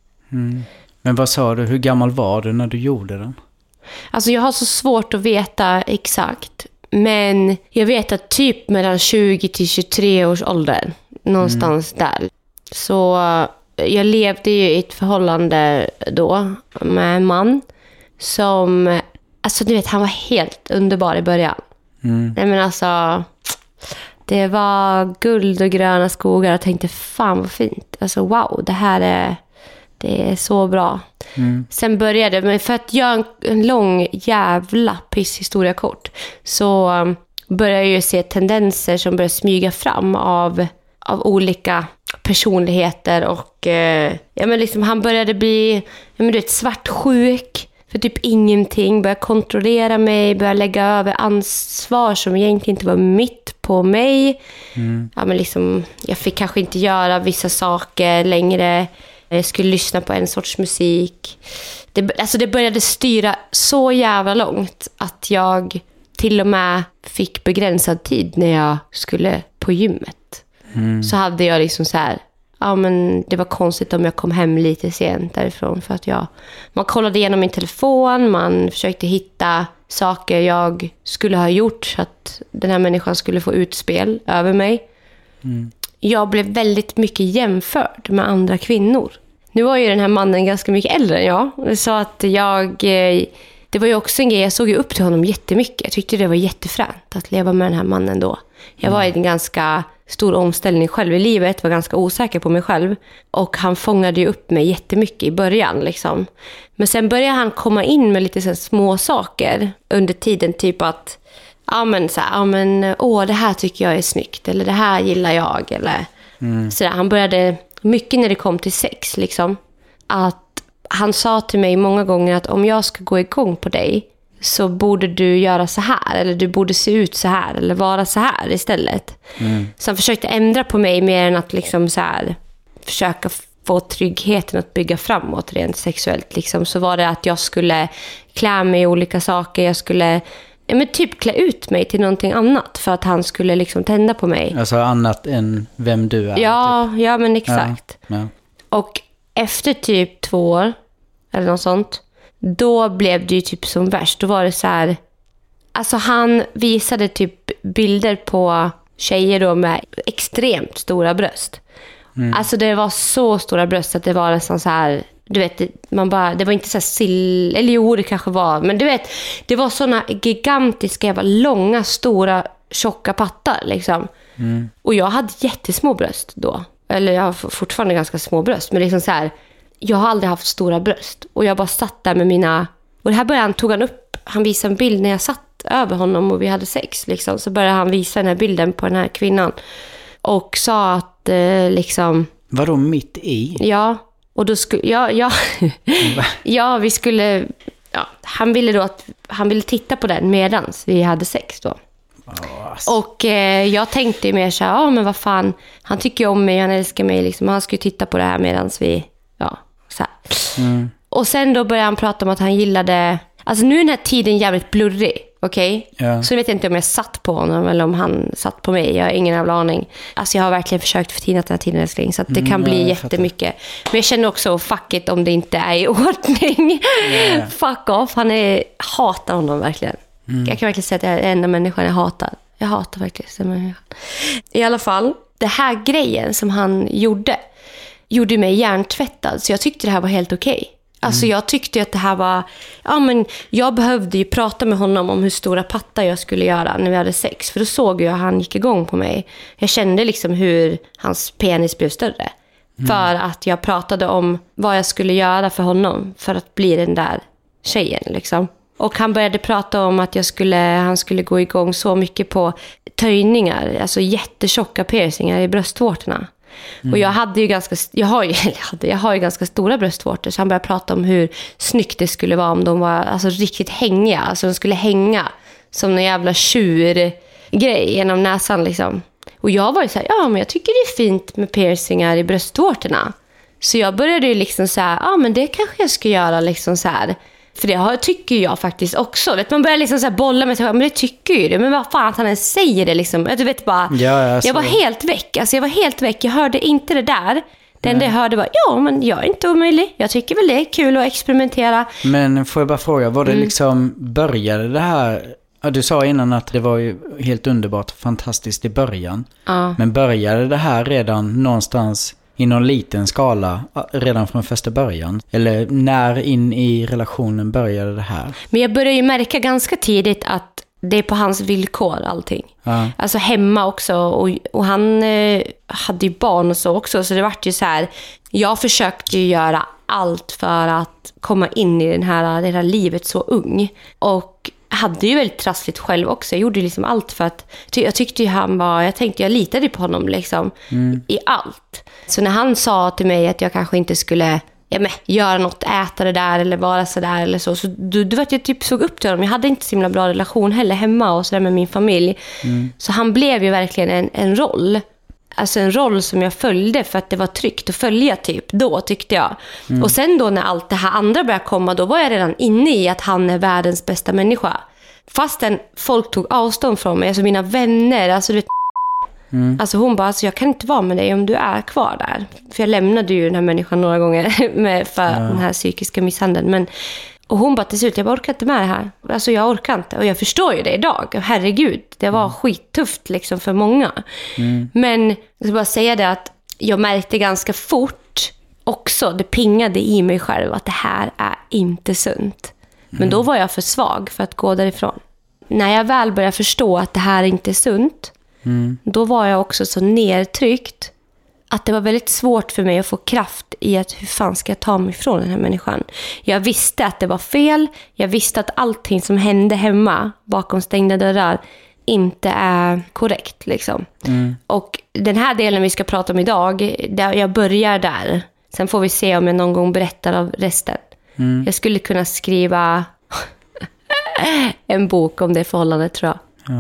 Men vad sa du, hur gammal var du när du gjorde den? Alltså jag har så svårt att veta exakt. Men jag vet att typ mellan 20 till 23 års ålder. Någonstans där. Så jag levde ju i ett förhållande då med en man som, alltså du vet, han var helt underbar i början. Nej, men alltså, det var guld och gröna skogar. Jag tänkte, fan vad fint. Alltså wow, det är så bra. Sen började, men för att göra en lång jävla pisshistoria kort, så började jag ju se tendenser som började smyga fram av olika personligheter. Och ja, men liksom, han började bli svartsjuk för typ ingenting, började kontrollera mig, började lägga över ansvar som egentligen inte var mitt på mig. Ja, men liksom, jag fick kanske inte göra vissa saker längre. Jag skulle lyssna på en sorts musik. Det började styra så jävla långt att jag till och med fick begränsad tid när jag skulle på gymmet. Så hade jag liksom så här, men det var konstigt om jag kom hem lite sent därifrån för att man kollade igenom min telefon, man försökte hitta saker jag skulle ha gjort så att den här människan skulle få utspel över mig. Jag blev väldigt mycket jämförd med andra kvinnor. Nu var ju den här mannen ganska mycket äldre än jag. Så att det var ju också en grej, jag såg ju upp till honom jättemycket. Jag tyckte det var jättefränt att leva med den här mannen då. Jag var i en ganska stor omställning själv i livet, var ganska osäker på mig själv. Och han fångade ju upp mig jättemycket i början liksom. Men sen började han komma in med lite så små saker under tiden, typ att det här tycker jag är snyggt, eller det här gillar jag, eller sådär. Han började mycket när det kom till sex liksom, att han sa till mig många gånger att om jag ska gå igång på dig så borde du göra så här, eller du borde se ut så här, eller vara så här istället. Så han försökte ändra på mig mer än att liksom så här försöka få tryggheten att bygga framåt rent sexuellt liksom. Så var det att jag skulle klä mig i olika saker, jag skulle typ klä ut mig till någonting annat för att han skulle liksom tända på mig. Alltså annat än vem du är. Ja, men exakt. Ja. Och efter typ 2 år eller något sånt, då blev det ju typ som värst. Då var det så här, alltså han visade typ bilder på tjejer då med extremt stora bröst. Alltså det var så stora bröst att det var nästan så här, du vet, det var inte så här eller jo, det kanske var, men du vet, det var såna gigantiska, långa, stora, tjocka pattar liksom. Och jag hade jättesmå bröst då. Eller jag har fortfarande ganska små bröst, men liksom så här, jag har aldrig haft stora bröst. Och jag bara satt där med mina, och det här han visade en bild när jag satt över honom och vi hade sex liksom. Så började han visa den här bilden på den här kvinnan och sa att liksom, vadå mitt i? Ja. Och då skulle vi skulle, han ville då att han ville titta på den medans vi hade sex då. Och jag tänkte ju mer så här, men vad fan, han tycker ju om mig, han älskar mig liksom, han skulle titta på det här medans vi, så här. Och sen då började han prata om att han gillade, alltså nu är den här tiden jävligt blurrig, okej? Yeah. Så jag vet inte om jag satt på honom eller om han satt på mig, jag har ingen jävla aning. Alltså jag har verkligen försökt förtina den här tiden älskling, så att det kan bli jättemycket. Men jag känner också, fuck it om det inte är i ordning. Yeah. Fuck off, hatar honom verkligen. Jag kan verkligen säga att jag är den enda människan jag hatar. Jag hatar verkligen den människan. I alla fall, det här grejen som han gjorde mig hjärntvättad. Så jag tyckte det här var helt okej. Alltså jag tyckte att det här var, jag behövde ju prata med honom om hur stora pattar jag skulle göra när vi hade sex. För då såg jag att han gick igång på mig. Jag kände liksom hur hans penis blev större. För att jag pratade om vad jag skulle göra för honom för att bli den där tjejen liksom. Och han började prata om att han skulle gå igång så mycket på töjningar, alltså jättetjocka piercingar i bröstvårtorna. Och jag har ju ganska stora bröstvårtor, så han började prata om hur snyggt det skulle vara om de var alltså riktigt hängiga, alltså de skulle hänga som en jävla tjurgrej genom näsan liksom. Och jag var ju så här, men jag tycker det är fint med piercingar i bröstvårtorna. Så jag började ju liksom så här, men det kanske jag ska göra liksom så här. För det tycker jag faktiskt också. Vet, man börjar liksom så här bolla med sig, men det tycker ju det. Men vad fan att han ens säger det liksom. Du vet bara, jag var helt väck. Alltså jag var helt väck. Jag hörde inte det där. Det enda jag hörde var, men jag är inte omöjlig. Jag tycker väl det är kul att experimentera. Men får jag bara fråga, var det liksom, började det här... Ja, du sa innan att det var ju helt underbart, fantastiskt i början. Men började det här redan någonstans... i någon liten skala redan från första början? Eller när in i relationen började det här? Men jag började ju märka ganska tidigt att det är på hans villkor allting. Alltså hemma också. Och han hade ju barn och så också. Så det var ju så här, jag försökte ju göra allt för att komma in i det här livet så ung. Och hade ju väldigt trassligt själv också. Jag gjorde liksom allt för att jag tyckte ju jag litade på honom liksom i allt. Så när han sa till mig att jag kanske inte skulle göra något, äta det där eller vara så där eller så du vet, jag typ såg upp till honom. Jag hade inte så himla bra relation heller hemma och så där med min familj. Så han blev ju verkligen en roll. alltså en roll som jag följde för att det var tryggt att följa typ då, tyckte jag. Och sen då när allt det här andra började komma, då var jag redan inne i att han är världens bästa människa. Fastän folk tog avstånd från mig, alltså mina vänner, alltså du vet, alltså hon bara, alltså jag kan inte vara med dig om du är kvar där. För jag lämnade ju den här människan några gånger för den här psykiska misshandeln. Och hon bara till slut, jag orkar inte med det här. Alltså jag orkar inte. Och jag förstår ju det idag. Herregud, det var skittufft liksom för många. Men jag ska bara säga det att jag märkte ganska fort också, det pingade i mig själv att det här är inte sunt. Men då var jag för svag för att gå därifrån. När jag väl började förstå att det här inte är sunt, då var jag också så nedtryckt att det var väldigt svårt för mig att få kraft i att hur fan ska jag ta mig ifrån den här människan. Jag visste att det var fel. Jag visste att allting som hände hemma bakom stängda dörrar inte är korrekt liksom. Och den här delen vi ska prata om idag, där jag börjar där. Sen får vi se om jag någon gång berättar av resten. Jag skulle kunna skriva en bok om det förhållandet, tror jag.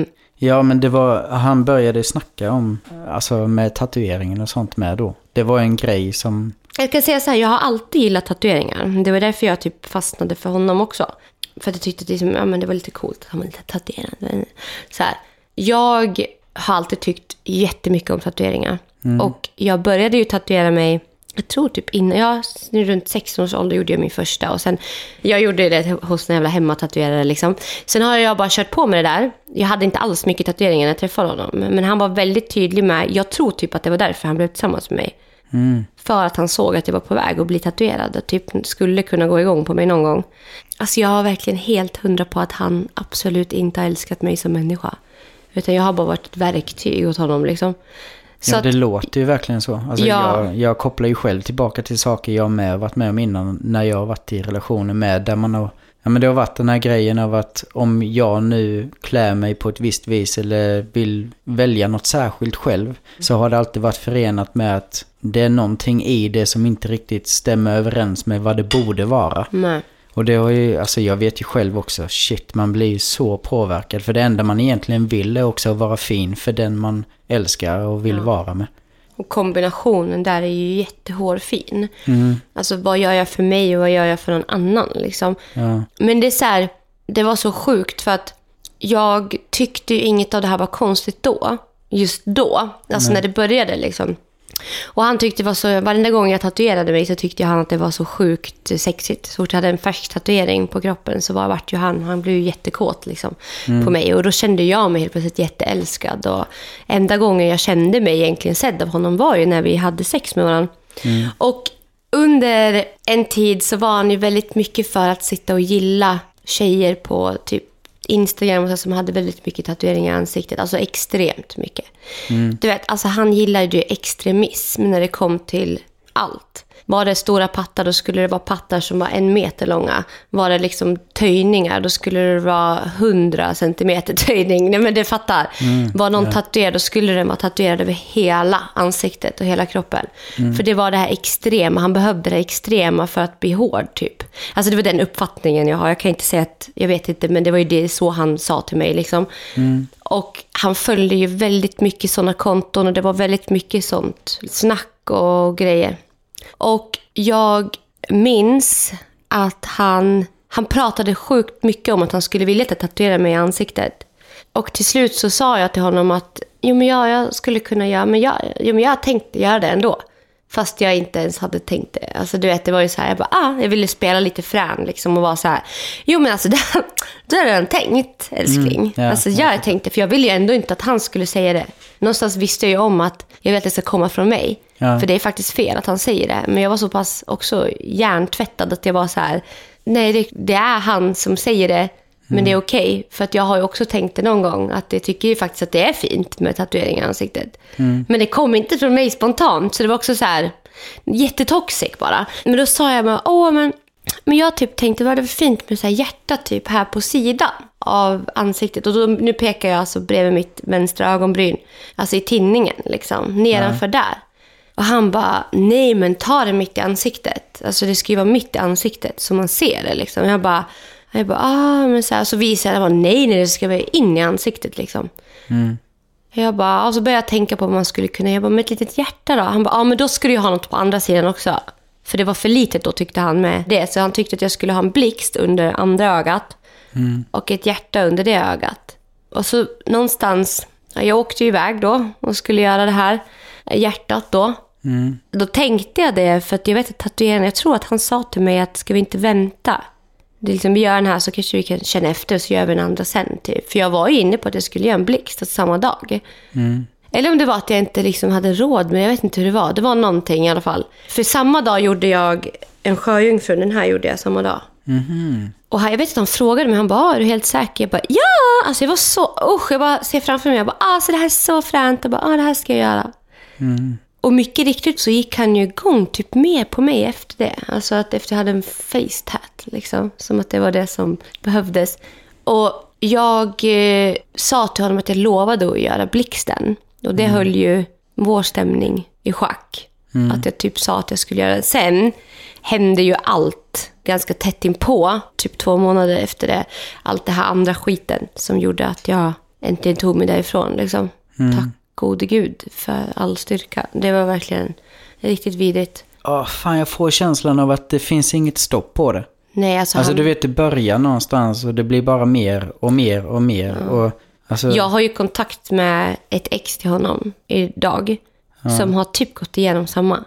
Ja, men det var, han började snacka om, alltså med tatueringen och sånt med då. Det var en grej som... Jag kan säga så här, jag har alltid gillat tatueringar. Det var därför jag typ fastnade för honom också. För att jag tyckte att det var lite coolt att han var lite tatuerad. Så här, jag har alltid tyckt jättemycket om tatueringar. Och jag började ju tatuera mig, jag tror typ innan, runt 16 års ålder gjorde jag min första. Och sen, jag gjorde det hos en jävla hemmatatuerare liksom. Sen har jag bara kört på med det där. Jag hade inte alls mycket tatueringar när jag träffade honom. Men han var väldigt tydlig med, jag tror typ att det var därför han blev tillsammans med mig. För att han såg att jag var på väg att bli tatuerad. Och typ skulle kunna gå igång på mig någon gång. Alltså jag har verkligen helt 100 på att han absolut inte har älskat mig som människa. Utan jag har bara varit ett verktyg åt honom liksom. Så ja, det låter ju verkligen så. Alltså jag kopplar ju själv tillbaka till saker jag med varit med om innan när jag har varit i relationer med där man har... Ja, men det har varit den här grejen av att om jag nu klär mig på ett visst vis eller vill välja något särskilt själv, så har det alltid varit förenat med att det är någonting i det som inte riktigt stämmer överens med vad det borde vara. Nej. Och det har ju, alltså jag vet ju själv också, shit, man blir ju så påverkad. För det enda man egentligen vill är också att vara fin för den man älskar och vill vara med. Och kombinationen där är ju jättehårfin. Alltså vad gör jag för mig och vad gör jag för någon annan liksom. Men det är så här, det var så sjukt för att jag tyckte ju inget av det här var konstigt då. Just då, alltså när det började liksom. Och han tyckte det var så, varenda gång jag tatuerade mig så tyckte han att det var så sjukt sexigt. Så fort jag hade en färsk tatuering på kroppen så vart ju han blev ju jättekåt liksom på mig. Och då kände jag mig helt plötsligt jätteälskad. Och enda gången jag kände mig egentligen sedd av honom var ju när vi hade sex med varandra. Och under en tid så var han ju väldigt mycket för att sitta och gilla tjejer på typ Instagram och så, som hade väldigt mycket tatueringar i ansiktet. Alltså extremt mycket. Du vet, alltså han gillade ju extremism när det kom till allt. Var det stora pattar, då skulle det vara pattar som var 1 meter långa. Var det liksom töjningar, då skulle det vara 100 centimeter töjning. Nej, men det fattar. Var någon tatuerad, då skulle den vara tatuerad över hela ansiktet och hela kroppen. För det var det här extrema. Han behövde det extrema för att bli hård typ. Alltså det var den uppfattningen jag har. Jag kan inte säga att, jag vet inte, men det var ju det så han sa till mig liksom. Och han följde ju väldigt mycket sådana konton och det var väldigt mycket sånt snack och grejer. Och jag minns att han pratade sjukt mycket om att han skulle vilja tatuera mig i ansiktet. Och till slut så sa jag till honom att jag skulle kunna göra, men jag tänkte göra det ändå. Fast jag inte ens hade tänkt det. Alltså du vet, det var ju så här, jag ville spela lite frän liksom och vara så här. Men alltså det har jag tänkt, älskling. Alltså jag tänkte, för jag ville ju ändå inte att han skulle säga det. Någonstans visste jag ju om att jag vet att det ska komma från mig. För det är faktiskt fel att han säger det. Men jag var så pass också hjärntvättad att jag var så här, nej det är han som säger det. Men det är okej, för att jag har ju också tänkt det någon gång att jag tycker ju faktiskt att det är fint med tatueringar i ansiktet. Men det kom inte från mig spontant, så det var också så här jättetoxic bara. Men då sa jag bara, men jag typ tänkte, vad är det för fint med så här hjärta typ här på sidan av ansiktet. Och då, nu pekar jag alltså bredvid mitt vänstra ögonbryn, alltså i tinningen liksom, nedanför där. Och han bara, nej men ta det mitt i ansiktet. Alltså det ska ju vara mitt i ansiktet så man ser det liksom. Jag bara, men så här, så visade jag bara, nej det ska vara in i ansiktet liksom. Jag bara, och så började jag tänka på vad man skulle kunna göra med ett litet hjärta då. Han bara, ja men då skulle jag ha något på andra sidan också. För det var för litet då tyckte han med det. Så han tyckte att jag skulle ha en blixt under andra ögat. Och ett hjärta under det ögat. Och så någonstans, jag åkte iväg då och skulle göra det här hjärtat då. Då tänkte jag det, för att jag vet att tatueringen, jag tror att han sa till mig att ska vi inte vänta? Det är liksom, vi gör den här så kanske vi kan känna efter och så gör vi den andra sen typ. För jag var ju inne på att jag skulle göra en blixt samma dag. Eller om det var att jag inte liksom hade råd, men jag vet inte hur det var. Det var någonting i alla fall. För samma dag gjorde jag en sjöjungfru, den här gjorde jag samma dag. Och jag vet att han frågade mig, han bara, är du helt säker? Jag bara, ja! Alltså jag var så, jag bara ser framför mig, jag bara, alltså det här är så fränt. Jag bara, det här ska jag göra. Och mycket riktigt så gick han ju igång typ mer på mig efter det. Alltså att efter jag hade en face tat liksom. Som att det var det som behövdes. Och jag sa till honom att jag lovade att göra blixten. Och det höll ju vår stämning i schack. Att jag typ sa att jag skulle göra det. Sen hände ju allt ganska tätt inpå. Typ 2 månader efter det. Allt det här andra skiten som gjorde att jag äntligen tog mig därifrån liksom. Tack gode Gud för all styrka. Det var verkligen riktigt vidrigt. Fan, jag får känslan av att det finns inget stopp på det. Nej, alltså du vet, det börjar någonstans och det blir bara mer och mer och mer. Och, alltså... Jag har ju kontakt med ett ex till honom idag som har typ gått igenom samma.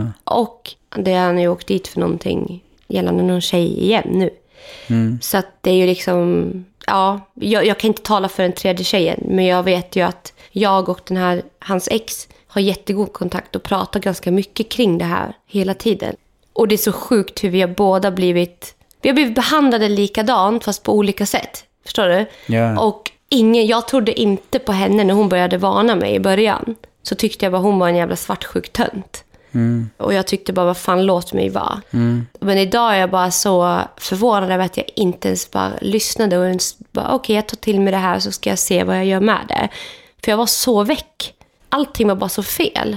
Och det har han ju åkt dit för någonting gällande någon tjej igen nu. Så att det är ju liksom... Ja, jag kan inte tala för den tredje tjejen, men jag vet ju att jag och hans ex har jättegod kontakt och pratar ganska mycket kring det här hela tiden. Och det är så sjukt hur vi har båda blivit behandlade likadant fast på olika sätt. Förstår du? Yeah. Och jag trodde inte på henne när hon började varna mig i början. Så tyckte jag bara hon var en jävla svartsjuk tönt. Och jag tyckte bara, vad fan, låt mig vara. Men idag är jag bara så förvånad över att jag inte ens bara lyssnade och ens bara, okej, jag tar till mig det här så ska jag se vad jag gör med det. För jag var så väck. Allting var bara så fel.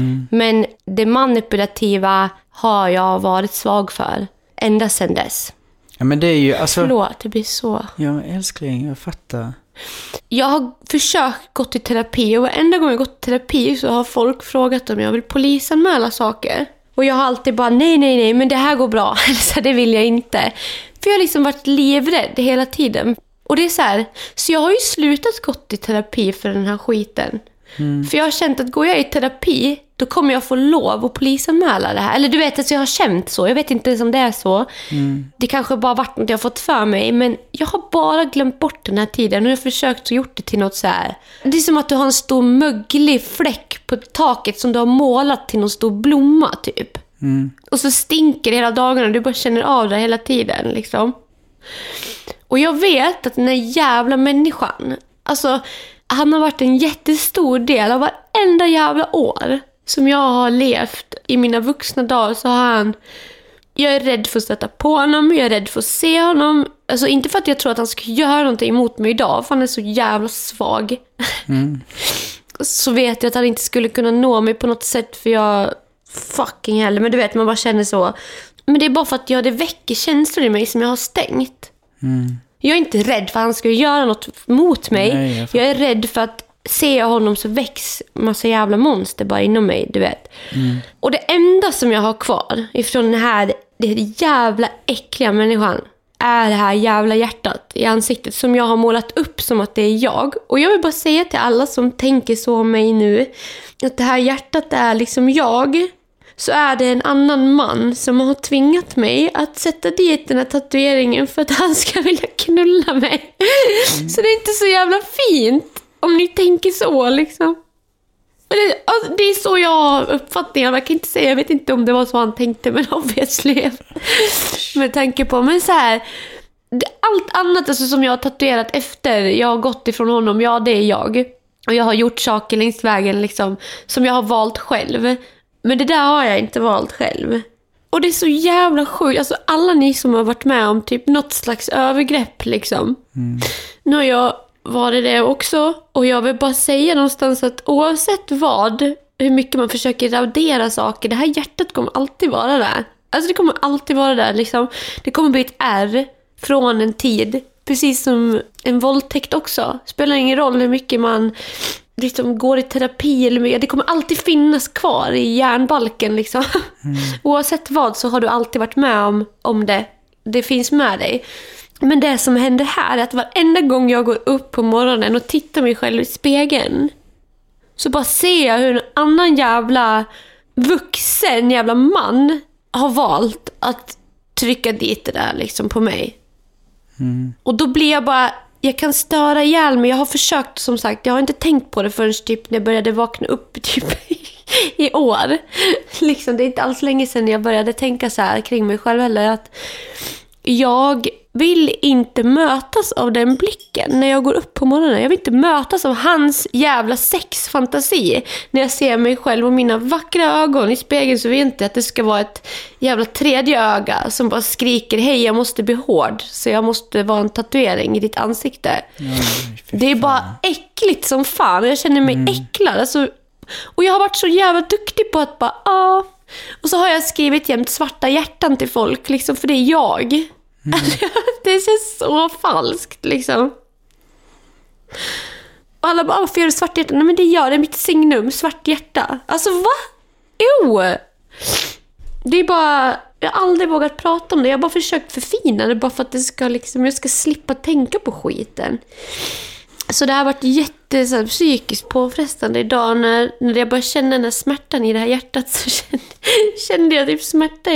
Men det manipulativa har jag varit svag för ända sedan dess. Ja, men det är ju alltså... Förlåt, det blir så. Ja, älskling, jag fattar. Jag har försökt gå till terapi och varenda gång jag gått till terapi så har folk frågat om jag vill polisanmäla saker. Och jag har alltid bara, nej, men det här går bra. Så det vill jag inte. För jag har liksom varit livrädd hela tiden. Och det är så här, så jag har ju slutat gå till terapi för den här skiten. För jag har känt att går jag i terapi, då kommer jag få lov att polisanmäla det här. Eller du vet att jag har känt så. Jag vet inte ens om det är så. Det kanske bara varit något jag har fått för mig. Men jag har bara glömt bort den här tiden. Och jag har försökt att gjort det till något så här. Det är som att du har en stor möglig fläck på taket som du har målat till någon stor blomma typ. Och så stinker det hela dagarna. Du bara känner av det hela tiden liksom. Och jag vet att den här jävla människan, alltså han har varit en jättestor del av varenda jävla år som jag har levt i mina vuxna dagar. Så har han, jag är rädd för att stöta på honom, jag är rädd för att se honom. Alltså inte för att jag tror att han ska göra någonting emot mig idag, för han är så jävla svag. Så vet jag att han inte skulle kunna nå mig på något sätt, för jag fucking heller. Men du vet, man bara känner så. Men det är bara för att det väcker känslor i mig som jag har stängt. Jag är inte rädd för att han ska göra något mot mig. Nej, jag är rädd för att se honom så väcks massa jävla monster bara inom mig, du vet. Och det enda som jag har kvar ifrån det jävla äckliga människan är det här jävla hjärtat i ansiktet som jag har målat upp som att det är jag. Och jag vill bara säga till alla som tänker så om mig nu att det här hjärtat är liksom jag. Så är det en annan man som har tvingat mig att sätta dit den här tatueringen för att han ska vilja knulla mig. Så det är inte så jävla fint om ni tänker så liksom. Det är så jag har uppfattningen. Jag kan inte säga, jag vet inte om det var så han tänkte, men obviously med tanke på, men så här, allt annat alltså, som jag har tatuerat efter jag har gått ifrån honom, ja det är jag. Och jag har gjort saker längs vägen liksom, som jag har valt själv. Men det där har jag inte valt själv. Och det är så jävla sjukt. Alltså alla ni som har varit med om typ något slags övergrepp liksom. Nu har jag varit det också. Och jag vill bara säga någonstans att oavsett hur mycket man försöker radera saker, det här hjärtat kommer alltid vara där. Alltså det kommer alltid vara där liksom. Det kommer bli ett ärr från en tid. Precis som en våldtäkt också. Spelar ingen roll hur mycket man liksom går i terapi eller det kommer alltid finnas kvar i hjärnbalken liksom. Oavsett vad så har du alltid varit med om det. Det finns med dig. Men det som händer här är att varenda gång jag går upp på morgonen och tittar mig själv i spegeln så bara ser jag hur en annan jävla vuxen jävla man har valt att trycka dit det där liksom på mig. Och då blir jag bara, jag kan störa ihjäl mig. Jag har försökt, som sagt, jag har inte tänkt på det förrän typ när jag började vakna upp typ i år. Liksom, det är inte alls länge sedan jag började tänka så här kring mig själv heller, att jag vill inte mötas av den blicken när jag går upp på morgonen. Jag vill inte mötas av hans jävla sexfantasi. När jag ser mig själv och mina vackra ögon i spegeln så vill jag inte att det ska vara ett jävla tredje öga som bara skriker hej, jag måste bli hård så jag måste vara en tatuering i ditt ansikte. Det är bara äckligt som fan. Jag känner mig äcklad. Alltså, och jag har varit så jävla duktig på att bara och så har jag skrivit jämt svarta hjärtan till folk liksom, för det är jag. Det känns så falskt liksom. Och alla bara, varför gör du svart hjärta? Nej men det är mitt signum, svart hjärta. Alltså va? Jo. Det är bara, jag har aldrig vågat prata om det. Jag har bara försökt förfina det bara för att det ska liksom, jag ska slippa tänka på skiten. Så det har varit psykiskt påfrestande idag när jag började känna den här smärtan i det här hjärtat, så kände jag typ smärta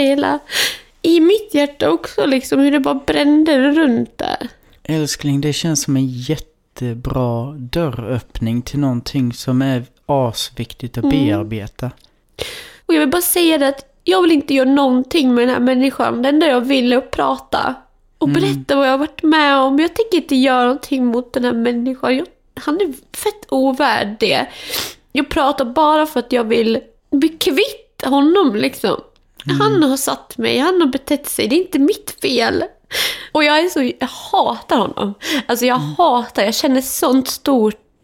i mitt hjärta också liksom, hur det bara brände runt där. Älskling, det känns som en jättebra dörröppning till någonting som är asviktigt att bearbeta. Och jag vill bara säga det att jag vill inte göra någonting med den här människan. Det enda jag vill är att prata och berätta vad jag har varit med om. Jag tänker inte göra någonting mot den här människan. Han är fett ovärd det. Jag pratar bara för att jag vill bli kvitt honom liksom. Han har satt mig, han har betett sig. Det är inte mitt fel. Och jag hatar honom. Alltså jag känner sånt stort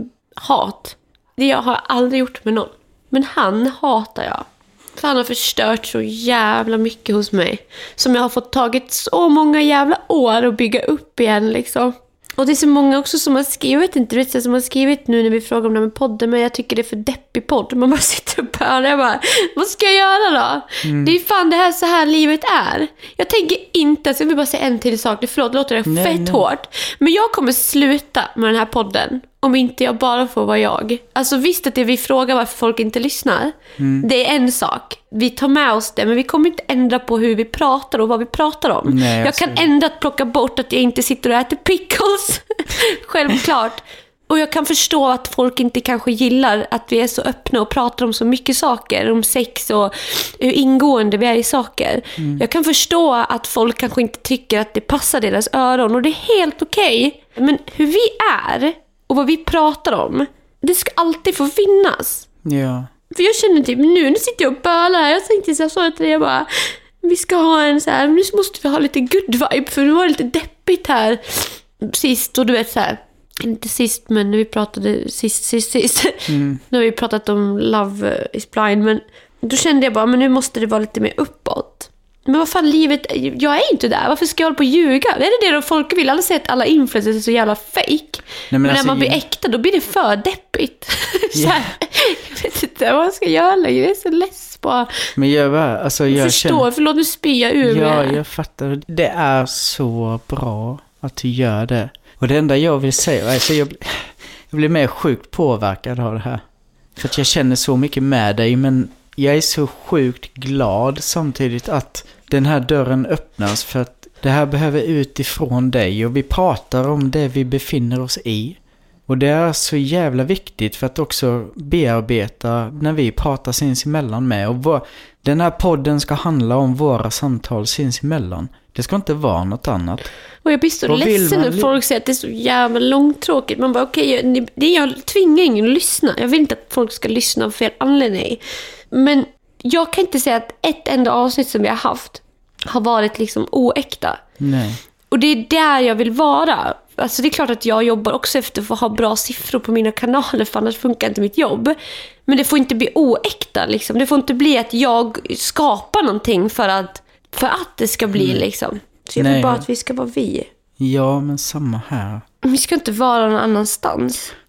hat. Det jag har aldrig gjort med någon. Men han hatar jag. För han har förstört så jävla mycket hos mig. Som jag har fått tagit så många jävla år att bygga upp igen liksom. Och det är så många också som har skrivit, inte vet jag, som har skrivit nu när vi frågar om det med podden, men jag tycker det är för deppig podd. Man bara sitter och börjar, jag bara, vad ska jag göra då? Det är fan det här så här livet är. Jag tänker inte, så jag vill bara säga en till sak, förlåt, låter det fett hårt. Men jag kommer sluta med den här podden om inte jag bara får vara jag. Alltså visst att det vi frågar varför folk inte lyssnar. Det är en sak. Vi tar med oss det, men vi kommer inte ändra på hur vi pratar och vad vi pratar om. Nej, jag kan ändra att plocka bort att jag inte sitter och äter pickles. Självklart. Och jag kan förstå att folk inte kanske gillar att vi är så öppna och pratar om så mycket saker. Om sex och hur ingående vi är i saker. Jag kan förstå att folk kanske inte tycker att det passar deras öron. Och det är helt okej. Men hur vi är och vad vi pratar om, det ska alltid få finnas. Ja. För jag känner typ, nu sitter jag och bölar här. Jag tänkte så jag sa till dig, jag bara, vi ska ha en så här, nu måste vi ha lite good vibe. För nu var det lite deppigt här sist. Och du vet så här, inte sist, men när vi pratade sist. När vi pratat om Love is blind. Men då kände jag bara, men nu måste det vara lite mer uppåt. Men vad fan, livet, jag är inte där. Varför ska jag hålla på och ljuga? Är det folk vill? Alla säger att alla influencers är så jävla fake. Men alltså, när man blir äkta, då blir det för deppigt. Yeah. Jag vet inte vad jag ska göra längre. Jag är så less på. Men jag förstår, förlåt nu spyr ur mig. Ja, jag fattar. Det är så bra att du gör det. Och det enda jag vill säga, alltså jag blir mer sjukt påverkad av det här. För att jag känner så mycket med dig, men jag är så sjukt glad samtidigt att den här dörren öppnas, för att det här behöver utifrån dig och vi pratar om det vi befinner oss i. Och det är så jävla viktigt för att också bearbeta när vi pratar sinsemellan med. Och den här podden ska handla om våra samtal sinsemellan. Det ska inte vara något annat. Och jag blir så ledsen när folk säger att det är så jävla långtråkigt. Man bara, okej, jag tvingar ingen att lyssna. Jag vill inte att folk ska lyssna av fel anledning. Men jag kan inte säga att ett enda avsnitt som vi har haft har varit liksom oäkta. Nej. Och det är där jag vill vara. Alltså det är klart att jag jobbar också efter att få ha bra siffror på mina kanaler, för annars funkar inte mitt jobb. Men det får inte bli oäkta liksom. Det får inte bli att jag skapar någonting för att det ska bli liksom. Så jag vill bara att vi ska vara vi. Ja, men samma här. Vi ska inte vara någon annanstans.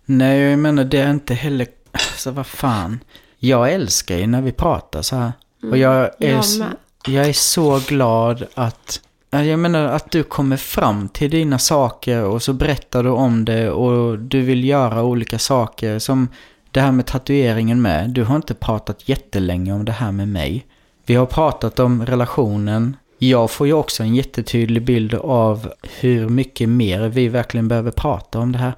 Nej, jag menar det är inte heller... Alltså vad fan. Jag älskar ju när vi pratar så här. Och jag är så glad att... Jag menar att du kommer fram till dina saker och så berättar du om det och du vill göra olika saker. Som det här med tatueringen med. Du har inte pratat jättelänge om det här med mig. Vi har pratat om relationen. Jag får ju också en jättetydlig bild av hur mycket mer vi verkligen behöver prata om det här.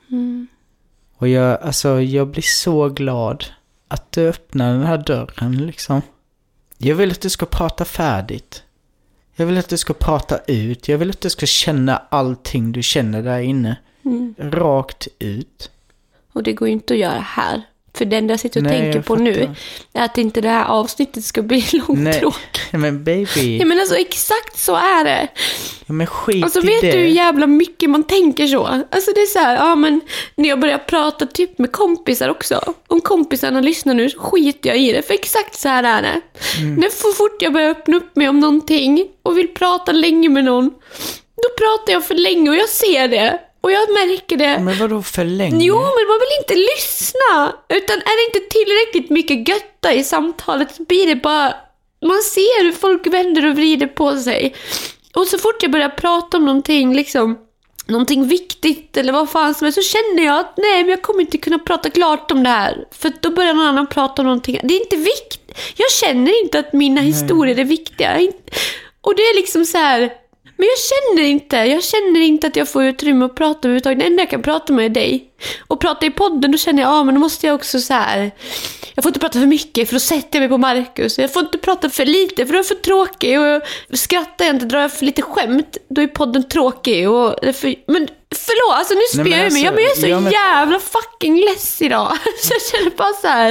Och jag blir så glad att du öppnar den här dörren liksom. Jag vill att du ska prata färdigt. Jag vill att du ska prata ut. Jag vill att du ska känna allting du känner där inne. Rakt ut. Och det går ju inte att göra här. För den jag sitter och tänker på nu är att inte det här avsnittet ska bli långtråkigt. Nej, men baby. Ja, men alltså exakt så är det. Ja, men skit alltså, i vet det. du hur jävla mycket man tänker så? Alltså det är så här, ja men när jag börjar prata typ med kompisar också. Om kompisarna lyssnar nu så skiter jag i det. För exakt så här är det. När så fort jag börjar öppna upp mig om någonting och vill prata länge med någon, då pratar jag för länge och jag ser det. Och jag märker det. Men vadå för länge? Jo, men man vill inte lyssna. Utan är det inte tillräckligt mycket götta i samtalet så blir det bara... Man ser hur folk vänder och vrider på sig. Och så fort jag börjar prata om någonting, liksom... Någonting viktigt eller vad fan som är, så känner jag att nej, men jag kommer inte kunna prata klart om det här. För då börjar någon annan prata om någonting. Det är inte viktigt. Jag känner inte att mina historier är viktiga. Och det är liksom så här... Men jag känner inte att jag får utrymme att prata överhuvudtaget. Det enda jag kan prata med är dig. Och prata i podden, då känner jag, men då måste jag också så här. Jag får inte prata för mycket, för då sätter jag mig på Marcus. Jag får inte prata för lite, för då är jag för tråkig. Och skrattar jag inte, drar jag för lite skämt, då är podden tråkig. Men förlåt, alltså nu spyr jag mig. Jag är så jävla fucking less idag. Så jag känner bara så här.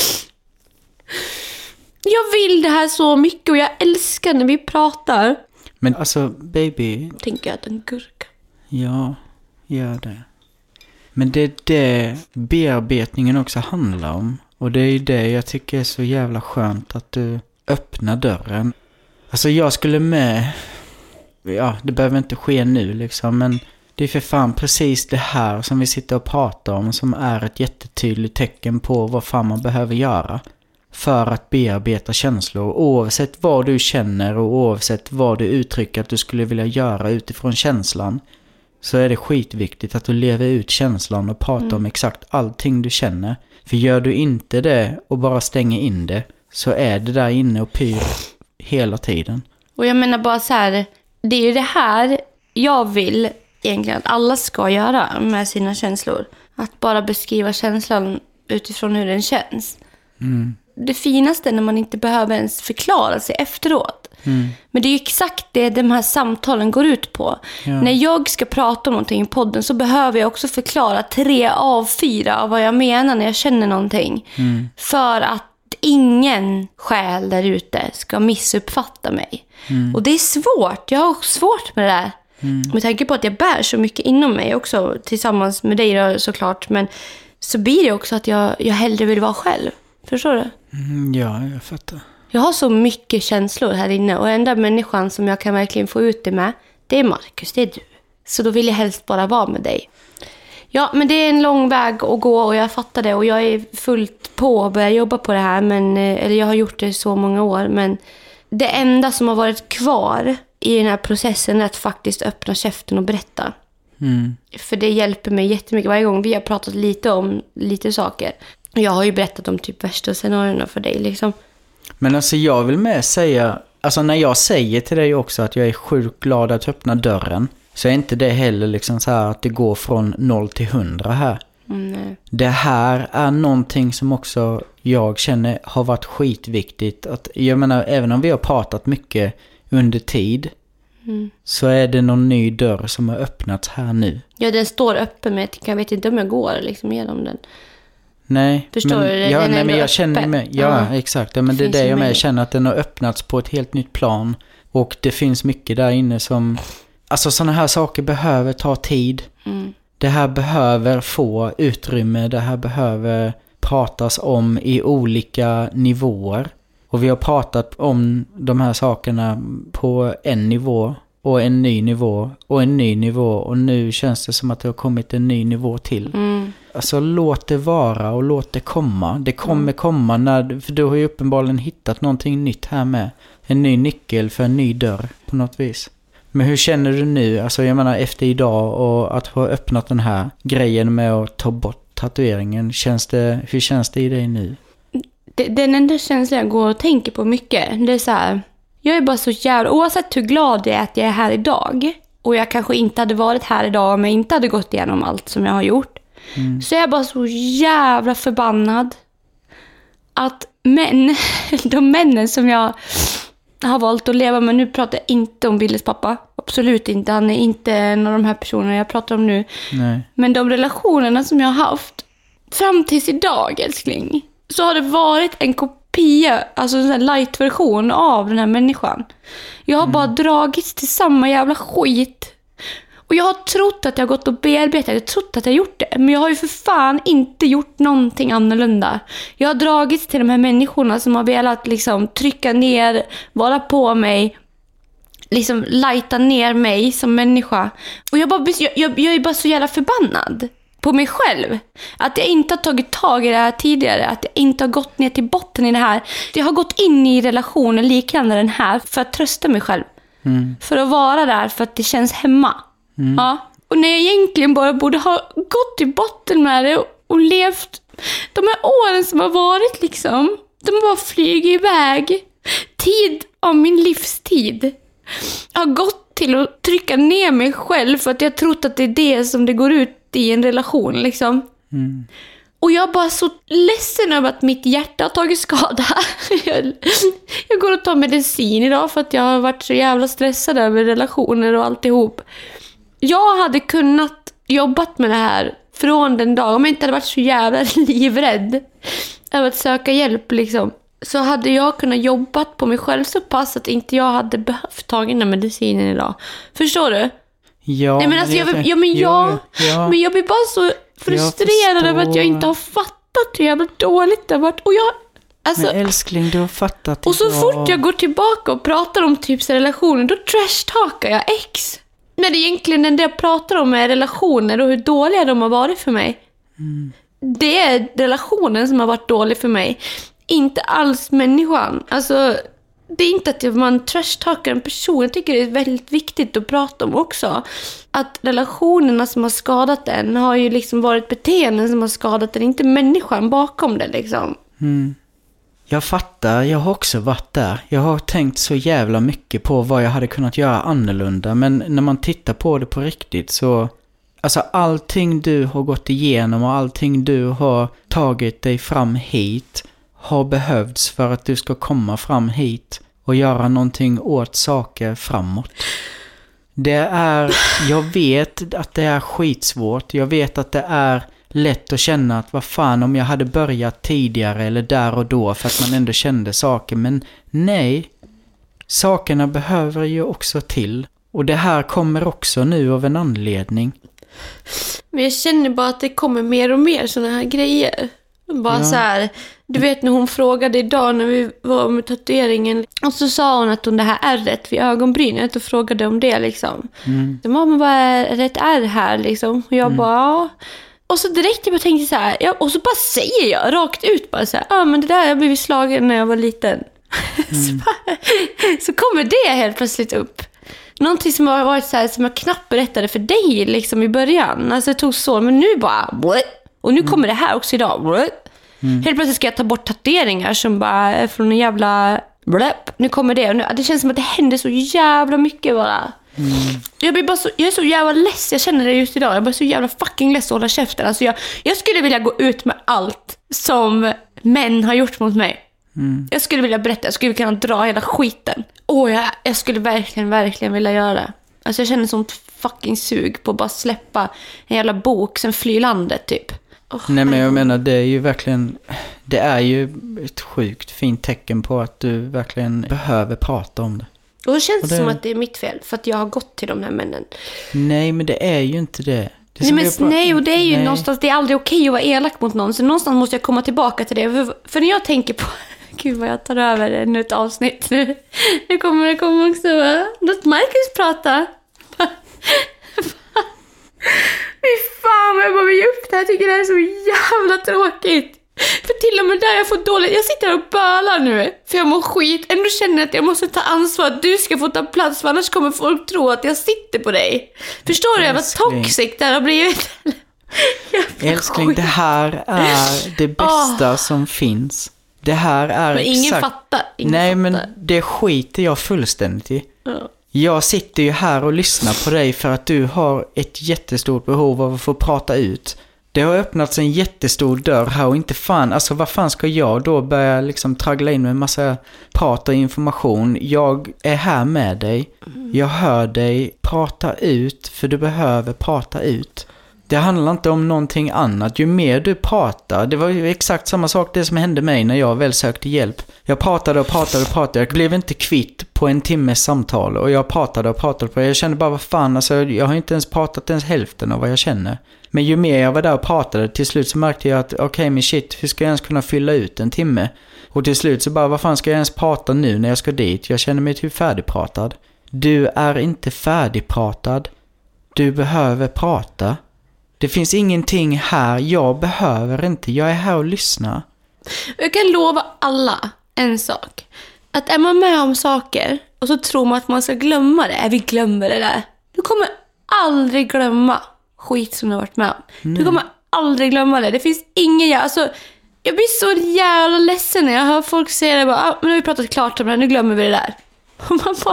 Jag vill det här så mycket och jag älskar när vi pratar. Men alltså, baby... Tänker jag att en gurka. Ja, gör det. Men det är det bearbetningen också handlar om. Och det är det jag tycker är så jävla skönt att du öppnar dörren. Alltså jag skulle med... Ja, det behöver inte ske nu liksom, men det är för fan precis det här som vi sitter och pratar om som är ett jättetydligt tecken på vad fan man behöver göra. För att bearbeta känslor, oavsett vad du känner och oavsett vad du uttrycker att du skulle vilja göra utifrån känslan, så är det skitviktigt att du lever ut känslan och pratar om exakt allting du känner. För gör du inte det och bara stänger in det, så är det där inne och pyr hela tiden. Och jag menar bara så här, det är ju det här jag vill egentligen att alla ska göra med sina känslor. Att bara beskriva känslan utifrån hur den känns. Det finaste när man inte behöver ens förklara sig efteråt. Men det är ju exakt det de här samtalen går ut på. När jag ska prata om någonting i podden så behöver jag också förklara 3 av 4 av vad jag menar när jag känner någonting. För att ingen själ där ute ska missuppfatta mig. Och det är svårt. Jag har svårt med det där. Med tanke på att jag bär så mycket inom mig också, tillsammans med dig då, såklart. Men så blir det också att jag hellre vill vara själv. Förstår du? Ja, jag fattar. Jag har så mycket känslor här inne. Och enda människan som jag kan verkligen få ut det med, det är Marcus, det är du. Så då vill jag helst bara vara med dig. Ja, men det är en lång väg att gå och jag fattar det. Och jag är fullt på att börja jobba på det här. Eller jag har gjort det så många år. Men det enda som har varit kvar i den här processen är att faktiskt öppna käften och berätta. För det hjälper mig jättemycket varje gång vi har pratat lite om lite saker. Jag har ju berättat om typ värsta scenarierna för dig liksom. Men alltså jag vill med säga, alltså när jag säger till dig också att jag är sjukt glad att öppna dörren, så är inte det heller liksom så här att det går från 0 till 100 här. Nej. Det här är någonting som också jag känner har varit skitviktigt. Att, jag menar, även om vi har pratat mycket under tid, så är det någon ny dörr som har öppnats här nu. Ja, den står öppen, men jag vet inte om jag går liksom genom den. Nej, förstår men, du? Ja, nej, men jag känner med, ja, exakt. Ja, men det är det jag med känner, att den har öppnats på ett helt nytt plan. Och det finns mycket där inne som... Alltså sådana här saker behöver ta tid. Det här behöver få utrymme. Det här behöver pratas om i olika nivåer. Och vi har pratat om de här sakerna på en nivå. Och en ny nivå. Och en ny nivå. Och nu känns det som att det har kommit en ny nivå till. Alltså låt det vara och låt det komma. Det kommer komma för du har ju uppenbarligen hittat någonting nytt här med. En ny nyckel för en ny dörr på något vis. Men hur känner du nu? Alltså jag menar efter idag och att ha öppnat den här grejen med att ta bort tatueringen. Hur känns det i dig nu? Den enda känslan jag går och tänker på mycket, det är så här. Jag är bara så jävla, oavsett hur glad jag är att jag är här idag. Och jag kanske inte hade varit här idag om jag inte hade gått igenom allt som jag har gjort. Så jag är bara så jävla förbannad att de männen som jag har valt att leva med, nu pratar jag inte om Billes pappa, absolut inte, han är inte en av de här personerna jag pratar om nu. Nej. Men de relationerna som jag har haft fram tills idag, älskling, så har det varit en kopia, alltså en sån här light-version av den här människan. Jag har bara dragits till samma jävla skit. Och jag har trott att jag har gått och bearbetat. Jag har trott att jag har gjort det. Men jag har ju för fan inte gjort någonting annorlunda. Jag har dragits till de här människorna som har velat liksom trycka ner, vara på mig, liksom lighta ner mig som människa. Och jag är bara så jävla förbannad på mig själv. Att jag inte har tagit tag i det här tidigare. Att jag inte har gått ner till botten i det här. Jag har gått in i relationen liknande den här för att trösta mig själv. För att vara där för att det känns hemma. Ja. Och när jag egentligen bara borde ha gått till botten med det och levt de här åren som har varit liksom. De har bara flugit iväg. Tid av min livstid har gått till att trycka ner mig själv för att jag trott att det är det som det går ut i en relation liksom. Och jag är bara så ledsen över att mitt hjärta har tagit skada. Jag går och tar medicin idag för att jag har varit så jävla stressad över relationer och alltihop. Jag hade kunnat jobbat med det här från den dag, om jag inte hade varit så jävla livrädd över att söka hjälp liksom, så hade jag kunnat jobbat på mig själv så pass att inte jag hade behövt ta in den medicinen idag. Förstår du? Ja, nej, men alltså, men jag blir bara så frustrerad över att jag inte har fattat hur jävla dåligt det har varit. Och jag, alltså, men älskling, du har fattat. Och så fort jag går tillbaka och pratar om typs relationer, då trashtalkar jag ex. När det egentligen den jag pratar om är relationer och hur dåliga de har varit för mig. Det är relationen som har varit dålig för mig. Inte alls människan. Alltså, det är inte att man trashtalkar en person. Jag tycker det är väldigt viktigt att prata om också. Att relationerna som har skadat en har ju liksom varit beteenden som har skadat en. Inte människan bakom det liksom. Jag fattar, jag har också varit där. Jag har tänkt så jävla mycket på vad jag hade kunnat göra annorlunda. Men när man tittar på det på riktigt så... Alltså allting du har gått igenom och allting du har tagit dig fram hit har behövts för att du ska komma fram hit och göra någonting åt saker framåt. Jag vet att det är skitsvårt. Jag vet att det är lätt att känna att vad fan om jag hade börjat tidigare eller där och då för att man ändå kände saker. Men nej, sakerna behöver ju också till. Och det här kommer också nu av en anledning. Men jag känner bara att det kommer mer och mer såna här grejer. Bara så här, du vet när hon frågade idag när vi var med tatueringen. Och så sa hon att hon det här ärret vid ögonbrynet och frågade om det liksom. Men vad är ett ärr här liksom? Och jag bara, ja. Och så direkt jag bara tänkte så här, och så bara säger jag rakt ut bara så här, men det där jag blev slagen när jag var liten. Så kommer det helt plötsligt upp. Någonting som har varit så här, som jag knappt berättade för dig liksom i början. Alltså det tog så, men nu bara... Och nu kommer det här också idag. Helt plötsligt ska jag ta bort tatueringar som bara är från en jävla... Nu kommer det. Och nu, det känns som att det händer så jävla mycket bara. Jag är så jävla less. Jag känner det just idag. Jag blir så jävla fucking less att hålla käften. Alltså jag skulle vilja gå ut med allt som män har gjort mot mig. Jag skulle vilja berätta. Jag skulle kunna dra hela skiten. Jag skulle verkligen vilja göra det. Alltså jag känner sånt fucking sug på att bara släppa en jävla bok sen fly landet typ. Nej, men jag menar det är ju verkligen, det är ju ett sjukt fint tecken på att du verkligen behöver prata om det. Och det känns som att det är mitt fel för att jag har gått till de här männen. Nej, men det är ju inte det. Nej, och det är ju någonstans, det är aldrig okej att vara elak mot någon. Så någonstans måste jag komma tillbaka till det. För när jag tänker på... Gud vad jag tar över ännu ett avsnitt nu. Nu kommer det också... Låt Marcus prata. Fy fan jag bara ge upp det här. Jag tycker det här är så jävla tråkigt. För till och med där jag får dåligt. Jag sitter här och bölar nu. För jag mår skit. Ändå känner jag att jag måste ta ansvar. Att du ska få ta plats. För annars kommer folk tro att jag sitter på dig. Förstår du vad toxic det här har blivit? Älskling, det här är det bästa som finns. Det här är men ingen fattar. Nej, men det skiter jag fullständigt i. Jag sitter ju här och lyssnar på dig för att du har ett jättestort behov av att få prata ut. Det har öppnats en jättestor dörr här och inte fan, alltså vad fan ska jag då börja liksom traggla in med en massa prat och information? Jag är här med dig, jag hör dig prata ut för du behöver prata ut. Det handlar inte om någonting annat. Ju mer du pratar, det var ju exakt samma sak det som hände mig när jag väl sökte hjälp. Jag pratade. Jag blev inte kvitt på en timmes samtal och jag pratade. Jag kände bara, vad fan, alltså, jag har inte ens pratat ens hälften av vad jag känner. Men ju mer jag var där och pratade, till slut så märkte jag att okej, men shit, hur ska jag ens kunna fylla ut en timme? Och till slut så bara, vad fan ska jag ens prata nu när jag ska dit? Jag känner mig typ färdigpratad. Du är inte färdigpratad. Du behöver prata. Det finns ingenting här, jag behöver inte, jag är här och lyssnar. Jag kan lova alla en sak. Att är man med om saker och så tror man att man ska glömma det. Vi glömmer det där. Du kommer aldrig glömma skit som du har varit med om. Du kommer aldrig glömma det. Det finns ingen... Alltså, jag blir så jävla ledsen när jag hör folk säga det. Bara, men nu har vi pratat klart om det, nu glömmer vi det där. Och man bara...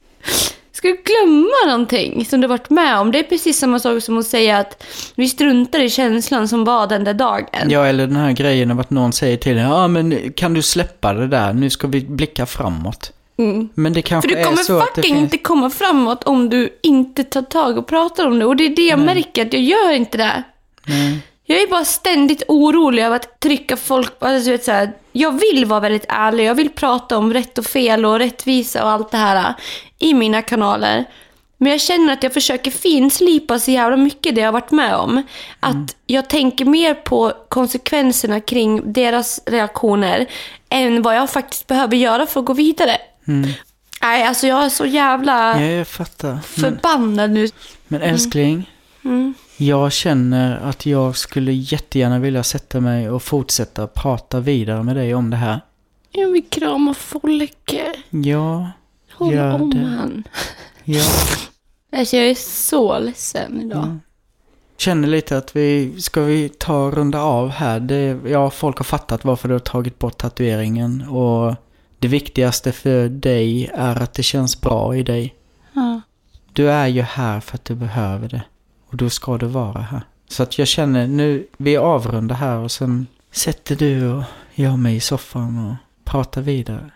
Ska du glömma någonting som du varit med om? Det är precis samma sak som att säga att vi struntar i känslan som var den där dagen. Ja, eller den här grejen av att någon säger till dig, ja men kan du släppa det där? Nu ska vi blicka framåt. Men det kanske för du kommer är så att det finns... inte komma framåt om du inte tar tag och pratar om det. Och det är det jag märker, att jag gör inte det. Nej. Jag är bara ständigt orolig av att trycka folk. Alltså, vet, så här, jag vill vara väldigt ärlig. Jag vill prata om rätt och fel och rättvisa och allt det här i mina kanaler. Men jag känner att jag försöker finslipa så jävla mycket det jag har varit med om. Att jag tänker mer på konsekvenserna kring deras reaktioner än vad jag faktiskt behöver göra för att gå vidare. Nej, alltså jag är så jävla jag fattar. förbannad nu. Men älskling, jag känner att jag skulle jättegärna vilja sätta mig och fortsätta prata vidare med dig om det här. Jag vill krama Folke. Ja, håll gör om det. han. Ja. Alltså jag är så ledsen idag. Känner lite att ska vi ta runda av här. Folk har fattat varför du har tagit bort tatueringen. Och det viktigaste för dig är att det känns bra i dig. Ja. Du är ju här för att du behöver det. Och då ska du vara här. Så att jag känner nu, vi avrundar här och sen sätter du och jag mig i soffan och pratar vidare.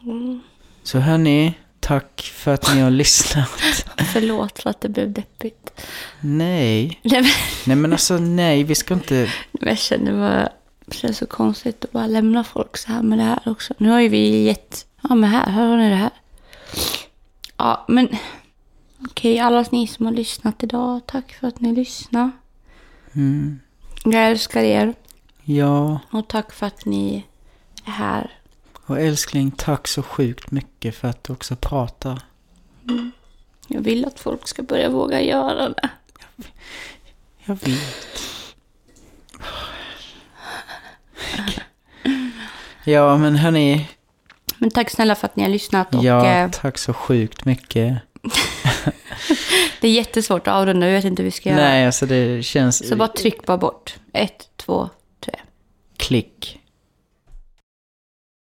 Så hörni, tack för att ni har lyssnat. Förlåt för att det blev deppigt. Nej. Nej men alltså nej, vi ska inte... Jag känner det känns så konstigt att bara lämna folk så här med det här också. Nu har ju vi gett... Ja men här har ni det här. Ja men... Okej, alla ni som har lyssnat idag, tack för att ni lyssnar. Jag älskar er. Ja. Och tack för att ni är här. Och älskling, tack så sjukt mycket för att du också pratar. Jag vill att folk ska börja våga göra det. Jag vet. Ja, men hörni. Men tack snälla för att ni har lyssnat. Och, ja, tack så sjukt mycket. Det är jättesvårt att avrunda, jag vet inte hur vi ska göra. Nej, alltså det känns... Så bara tryck bara bort. 1, 2, 3. Klick.